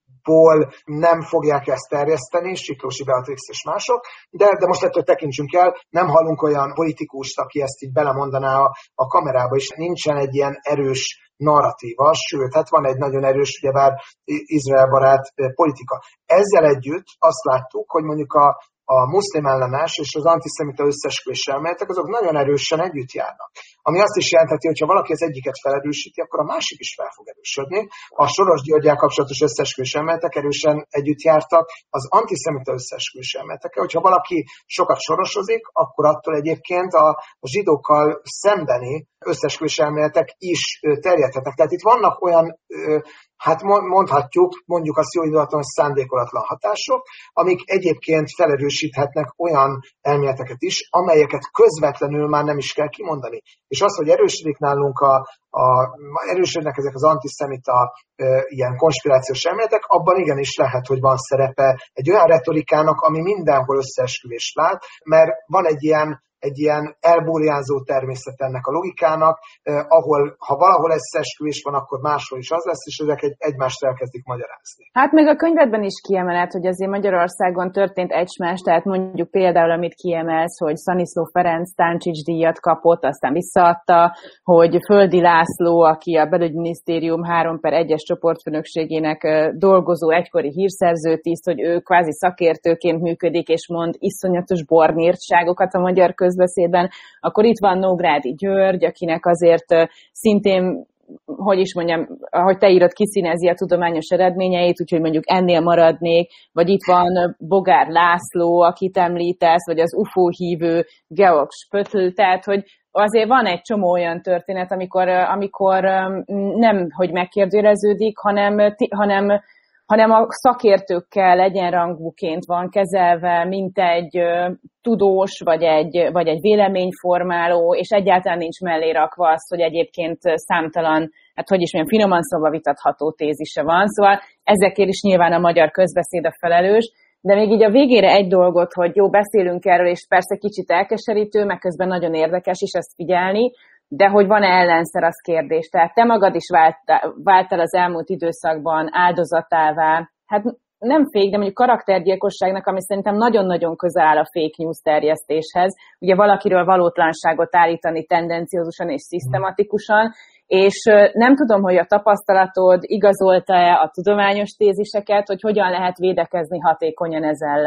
ból nem fogják ezt terjeszteni, Siklósi Beatrix és mások, de, de most ettől tekintsünk el, nem hallunk olyan politikust, aki ezt így belemondaná a, a kamerába, és nincsen egy ilyen erős narratíva, sőt, hát van egy nagyon erős, ugyebár izraelbarát politika. Ezzel együtt azt láttuk, hogy mondjuk a a muszlim ellenes és az antiszemita összeesküvés elméletek, azok nagyon erősen együtt járnak. Ami azt is jelentheti, hogy ha valaki az egyiket felerősíti, akkor a másik is fel fog erősödni. A Soros Györggyel kapcsolatos összeesküvés elméletek erősen együtt jártak, az antiszemita összeesküvés elméletek. Hogyha valaki sokat sorosozik, akkor attól egyébként a, a zsidókkal szembeni összeesküvés elméletek is terjedhetnek. Tehát itt vannak olyan, hát mondhatjuk, mondjuk azt jó indulaton, hogy szándékolatlan hatások, amik egyébként felerősíthetnek olyan elméleteket is, amelyeket közvetlenül már nem is kell kimondani. És az, hogy erősödik nálunk a, a erősödnek ezek az antiszemita e, ilyen konspirációs elméletek, abban igenis lehet, hogy van szerepe egy olyan retorikának, ami mindenhol összeesküvést lát, mert van egy ilyen egy ilyen elbúrjánzó természet ennek a logikának, eh, ahol ha valahol összeesküvés van, akkor máshol is az lesz, és ezek egy, egymást elkezdik magyarázni. Hát még a könyvedben is kiemeled, hogy azért Magyarországon történt egymás, tehát mondjuk például, amit kiemelsz, hogy Szaniszló Ferenc Táncsics díjat kapott, aztán visszaadta, hogy Földi László, aki a Belügyminisztérium három per egyes csoportfőnökségének dolgozó egykori hírszerző tiszt, hogy ő kvázi szakértőként működik, és mond iszonyatos bornírtságokat a magyar köz beszédben, akkor itt van Nógrádi György, akinek azért szintén, hogy is mondjam, ahogy te írod, kiszínezi a tudományos eredményeit, úgyhogy mondjuk ennél maradnék, vagy itt van Bogár László, akit említesz, vagy az u f o hívő Georg Spöttl, tehát hogy azért van egy csomó olyan történet, amikor, amikor nem, hogy megkérdőjeleződik, hanem, hanem hanem a szakértőkkel egyenrangúként van kezelve, mint egy uh, tudós, vagy egy, vagy egy véleményformáló, és egyáltalán nincs mellé rakva azt, hogy egyébként számtalan, hát hogy is mondjam, finoman szóval vitatható tézise van. Szóval ezekért is nyilván a magyar közbeszéd a felelős, de még így a végére egy dolgot, hogy jó, beszélünk erről, és persze kicsit elkeserítő, meg közben nagyon érdekes is ezt figyelni, de hogy van-e ellenszer, az kérdés. Tehát te magad is váltál, váltál az elmúlt időszakban áldozatává, hát nem fake, de mondjuk karaktergyilkosságnak, ami szerintem nagyon-nagyon közel áll a fake news terjesztéshez. Ugye valakiről valótlanságot állítani tendenciózusan és szisztematikusan, és nem tudom, hogy a tapasztalatod igazolta-e a tudományos téziseket, hogy hogyan lehet védekezni hatékonyan ez ellen.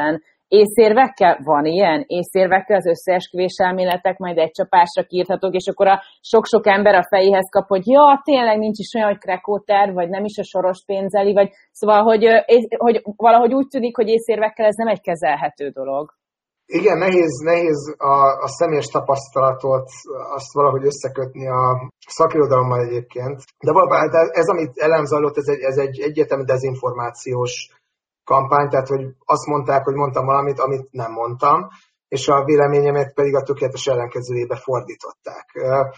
észérvekkel? Van ilyen? Észérvekkel az összeesküvés elméletek majd egy csapásra kiírthatók, és akkor a sok-sok ember a fejéhez kap, hogy ja, tényleg nincs is olyan, hogy krekóterv, vagy nem is a soros pénzeli, vagy szóval, hogy, hogy valahogy úgy tűnik, hogy észérvekkel ez nem egy kezelhető dolog. Igen, nehéz, nehéz a, a személyes tapasztalatot azt valahogy összekötni a szakirodalommal egyébként. De valóban ez, amit elem zajlott, ez egy, ez egy egyértelmű dezinformációs kampány, tehát hogy azt mondták, hogy mondtam valamit, amit nem mondtam, és a véleményemet pedig a tökéletes ellenkezőjébe fordították.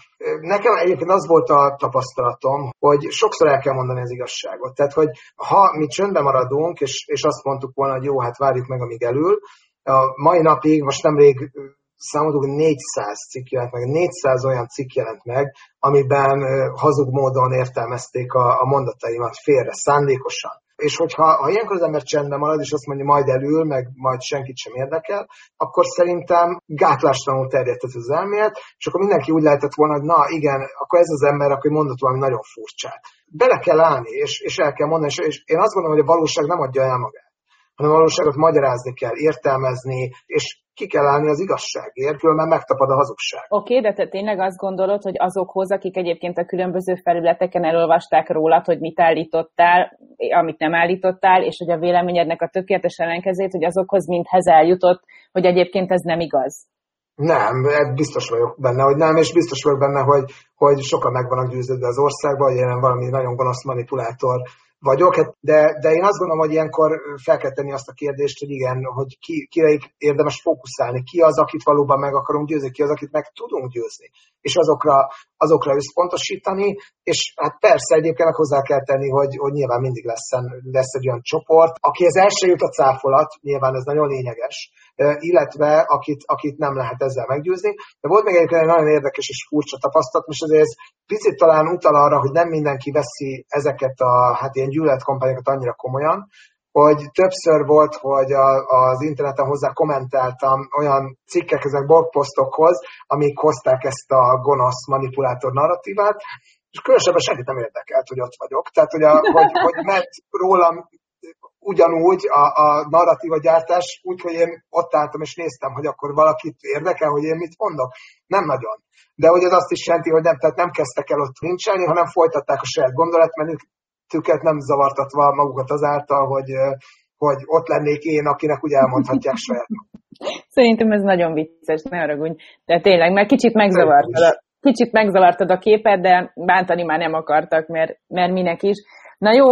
Nekem egyébként az volt a tapasztalatom, hogy sokszor el kell mondani az igazságot. Tehát, hogy ha mi csöndben maradunk, és, és azt mondtuk volna, hogy jó, hát várjuk meg, amíg elül, a mai napig, most nemrég számoltuk, négyszáz cikk jelent meg, négyszáz olyan cikk jelent meg, amiben hazug módon értelmezték a, a mondataimat félre, szándékosan. És hogyha ha ilyenkor az ember csendben marad, és azt mondja, majd elül, meg majd senkit sem érdekel, akkor szerintem gátlástalanul terjedt ez az elmélet, és akkor mindenki úgy lehetett volna, hogy na igen, akkor ez az ember, akkor mondott valami nagyon furcsát. Bele kell állni, és, és el kell mondani, és, és én azt gondolom, hogy a valóság nem adja el magát, hanem a valóságot magyarázni kell, értelmezni, és ki kell állni az igazságért, különben megtapad a hazugság. Oké, okay, de te tényleg azt gondolod, hogy azokhoz, akik egyébként a különböző felületeken elolvasták rólad, hogy mit állítottál, amit nem állítottál, és hogy a véleményednek a tökéletes ellenkezőjét, hogy azokhoz mindhez eljutott, hogy egyébként ez nem igaz? Nem, biztos vagyok benne, hogy nem, és biztos vagyok benne, hogy, hogy sokan meg vannak győződve az országban, hogy én valami nagyon gonosz manipulátor vagyok, de, de én azt gondolom, hogy ilyenkor fel kell tenni azt a kérdést, hogy igen, hogy ki, kire érdemes fókuszálni, ki az, akit valóban meg akarunk győzni, ki az, akit meg tudunk győzni, és azokra, azokra összpontosítani, és hát persze egyébként hozzá kell tenni, hogy, hogy nyilván mindig lesz, lesz egy olyan csoport, akihez el se jut a cáfolat, nyilván ez nagyon lényeges, illetve akit, akit nem lehet ezzel meggyőzni. De volt még egyébként egy nagyon érdekes és furcsa tapasztalat, és azért ez picit talán utal arra, hogy nem mindenki veszi ezeket a hát ilyen gyűlöletkampányokat annyira komolyan, hogy többször volt, hogy a, az interneten hozzá kommentáltam olyan cikkekhez, blogposztokhoz, amik hozták ezt a gonosz manipulátor narratívát, és különösebben senkit nem érdekelt, hogy ott vagyok. Tehát, hogy, a, hogy, hogy mert rólam ugyanúgy a, a narratíva gyártás, úgyhogy én ott álltam és néztem, hogy akkor valakit érdekel, hogy én mit mondok. Nem nagyon. De hogy ez azt is jelenti, hogy nem, tehát nem kezdtek el ott nincselni, hanem folytatták a saját gondolatmenetüket, nem zavartatva magukat azáltal, hogy, hogy ott lennék én, akinek úgy elmondhatják saját. Szerintem ez nagyon vicces, ne haragudj. De tényleg, mert kicsit megzavartad a, kicsit megzavartad a képet, de bántani már nem akartak, mert, mert minek is. Na jó,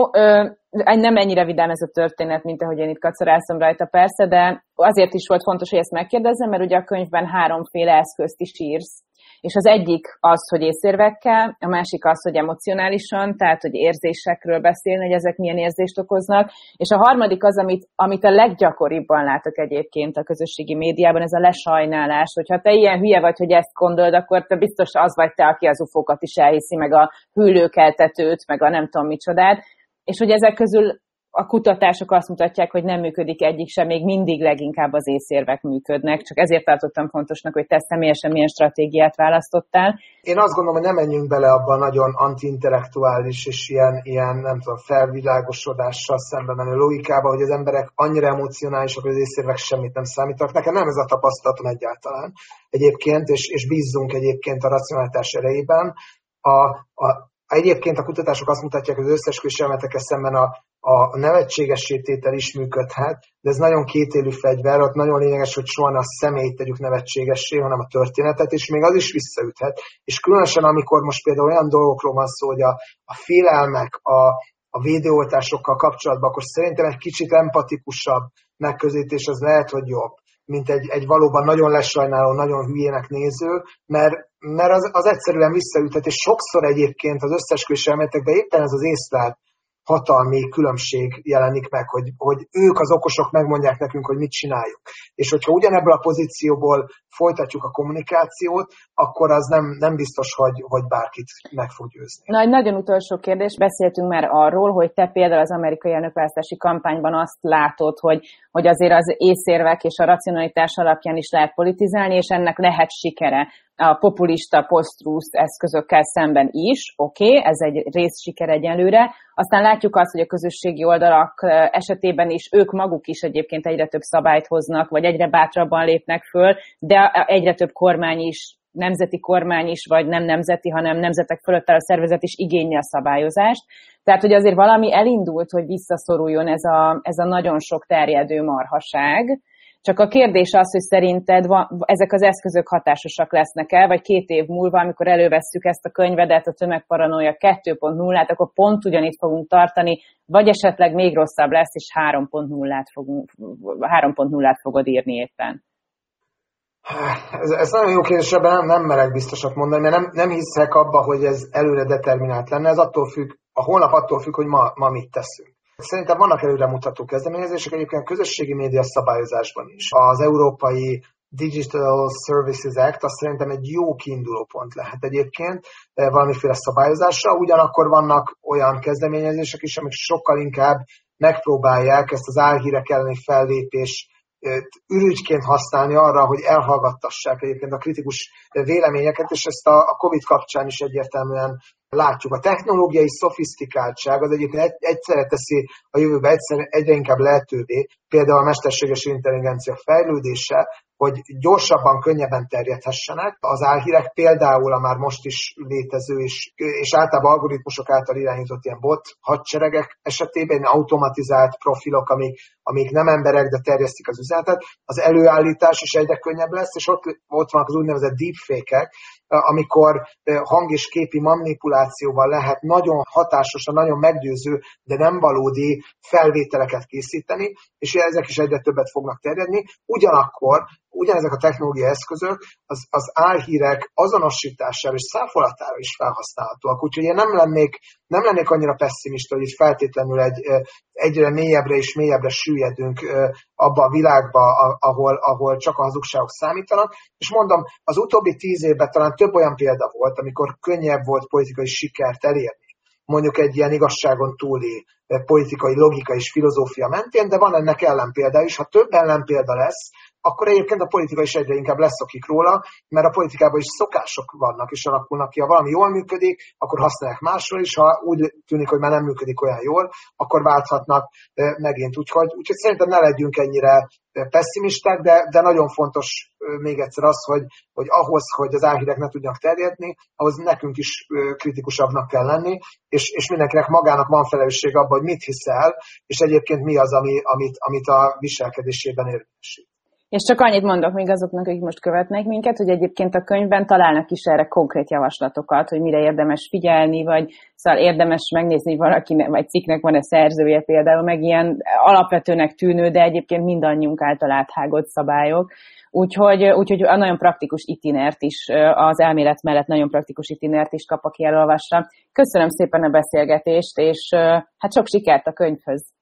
nem ennyire vidám ez a történet, mint ahogy én itt kacarászom rajta persze, de azért is volt fontos, hogy ezt megkérdezzem, mert ugye a könyvben háromféle eszközt is írsz. És az egyik az, hogy észérvekkel, a másik az, hogy emocionálisan, tehát hogy érzésekről beszélni, hogy ezek milyen érzést okoznak, és a harmadik az, amit, amit a leggyakoribban látok egyébként a közösségi médiában, ez a lesajnálás, hogyha te ilyen hülye vagy, hogy ezt gondolod, akkor te biztos az vagy te, aki az ufókat is elhiszi, meg a hüllőkeltetőt, meg a nem tudom micsodát, és hogy ezek közül a kutatások azt mutatják, hogy nem működik egyik sem, még mindig leginkább az észérvek működnek. Csak ezért tartottam fontosnak, hogy te személyesen milyen stratégiát választottál. Én azt gondolom, hogy nem menjünk bele abba a nagyon anti-intellektuális és ilyen, ilyen nem tudom, felvilágosodással szembe menő logikába, hogy az emberek annyira emocionálisak, hogy az észérvek semmit nem számítanak. Nekem nem ez a tapasztalatom egyáltalán egyébként, és, és bízzunk egyébként a racionalitás erejében. A, a, egyébként a kutatások azt mutatják, hogy az összeesküvés elméletekkel szemben a a nevetségessé tétel is működhet, de ez nagyon kétélű fegyver, ott nagyon lényeges, hogy soha ne a személyt tegyük nevetségessé, hanem a történetet, és még az is visszaüthet. És különösen, amikor most például olyan dolgokról van szó, hogy a, a félelmek, a, a védőoltásokkal kapcsolatban, akkor szerintem egy kicsit empatikusabb megközelítés az lehet, hogy jobb, mint egy, egy valóban nagyon lesajnáló, nagyon hülyének néző, mert, mert az, az egyszerűen visszaüthet, és sokszor egyébként az összeesküvés elméletekben éppen ez az észlelt hatalmi különbség jelenik meg, hogy, hogy ők az okosok megmondják nekünk, hogy mit csináljuk. És hogyha ugyanebből a pozícióból folytatjuk a kommunikációt, akkor az nem, nem biztos, hogy, hogy bárkit meg fog győzni. Na, egy nagyon utolsó kérdés. Beszéltünk már arról, hogy te például az amerikai elnökválasztási kampányban azt látod, hogy, hogy azért az észérvek és a racionalitás alapján is lehet politizálni, és ennek lehet sikere. a populista, post-truth eszközökkel szemben is, oké, okay, ez egy részsiker egyelőre. Aztán látjuk azt, hogy a közösségi oldalak esetében is ők maguk is egyébként egyre több szabályt hoznak, vagy egyre bátrabban lépnek föl, de egyre több kormány is, nemzeti kormány is, vagy nem nemzeti, hanem nemzetek fölött a szervezet is igényli a szabályozást. Tehát, hogy azért valami elindult, hogy visszaszoruljon ez a, ez a nagyon sok terjedő marhaság. Csak a kérdés az, hogy szerinted van, ezek az eszközök hatásosak lesznek-e, vagy két év múlva, amikor elővesszük ezt a könyvedet, a tömegparanoia kettő pont nullát, akkor pont ugyanitt fogunk tartani, vagy esetleg még rosszabb lesz, és három pont nullát fogunk, három pont nullát fogod írni éppen. Ez, ez nagyon jó kérdés, ebben nem, nem merek biztosat mondani, mert nem, nem hiszek abba, hogy ez előre determinált lenne. Ez attól függ, a holnap attól függ, hogy ma, ma mit teszünk. Szerintem vannak előremutató kezdeményezések, egyébként a közösségi média szabályozásban is. Az európai Digital Services Act az szerintem egy jó kiinduló pont lehet egyébként valamiféle szabályozásra, ugyanakkor vannak olyan kezdeményezések is, amik sokkal inkább megpróbálják ezt az álhírek elleni fellépés ürügyként használni arra, hogy elhallgattassák egyébként a kritikus véleményeket, és ezt a Covid kapcsán is egyértelműen látjuk. A technológiai szofisztikáltság az egyébként egyszerre teszi a jövőben egyszer, egyre inkább lehetővé, például a mesterséges intelligencia fejlődése, hogy gyorsabban, könnyebben terjedhessenek. Az álhírek például a már most is létező és, és általában algoritmusok által irányított ilyen bot hadseregek esetében automatizált profilok, amik, amik nem emberek, de terjesztik az üzenetet, az előállítás is egyre könnyebb lesz, és ott, ott vannak az úgynevezett deepfake-ek, amikor hang- és képi manipulációval lehet nagyon hatásosan, nagyon meggyőző, de nem valódi felvételeket készíteni, és ezek is egyre többet fognak terjedni. Ugyanakkor ugyanezek a technológiai eszközök az, az álhírek azonosítására és száfolatára is felhasználhatóak. Úgyhogy én nem lennék, nem lennék annyira pesszimista, hogy itt feltétlenül egy, egyre mélyebbre és mélyebbre süllyedünk abba a világba, ahol, ahol csak a hazugságok számítanak. És mondom, az utóbbi tíz évben talán több olyan példa volt, amikor könnyebb volt politikai sikert elérni. Mondjuk egy ilyen igazságon túli politikai logika és filozófia mentén, de van ennek ellenpélda is. Ha több ellenpélda lesz, akkor egyébként a politika is egyre inkább leszokik róla, mert a politikában is szokások vannak, és alakulnak ki. Ha valami jól működik, akkor használják másról is, ha úgy tűnik, hogy már nem működik olyan jól, akkor válthatnak megint. Úgyhogy, úgyhogy szerintem ne legyünk ennyire pessimisták, de, de nagyon fontos még egyszer az, hogy, hogy ahhoz, hogy az álhírek ne tudjanak terjedni, ahhoz nekünk is kritikusabbnak kell lenni, és, és mindenkinek magának van felelősség abban, hogy mit hiszel, és egyébként mi az, ami, amit, amit a viselkedésében érvényesít. És csak annyit mondok még azoknak, akik most követnek minket, hogy egyébként a könyvben találnak is erre konkrét javaslatokat, hogy mire érdemes figyelni, vagy szóval érdemes megnézni, hogy valaki, vagy cikknek van-e szerzője például, meg ilyen alapvetőnek tűnő, de egyébként mindannyiunk által áthágott szabályok. Úgyhogy, úgyhogy a nagyon praktikus itinert is, az elmélet mellett nagyon praktikus itinert is kap, aki elolvassa. Köszönöm szépen a beszélgetést, és hát sok sikert a könyvhöz!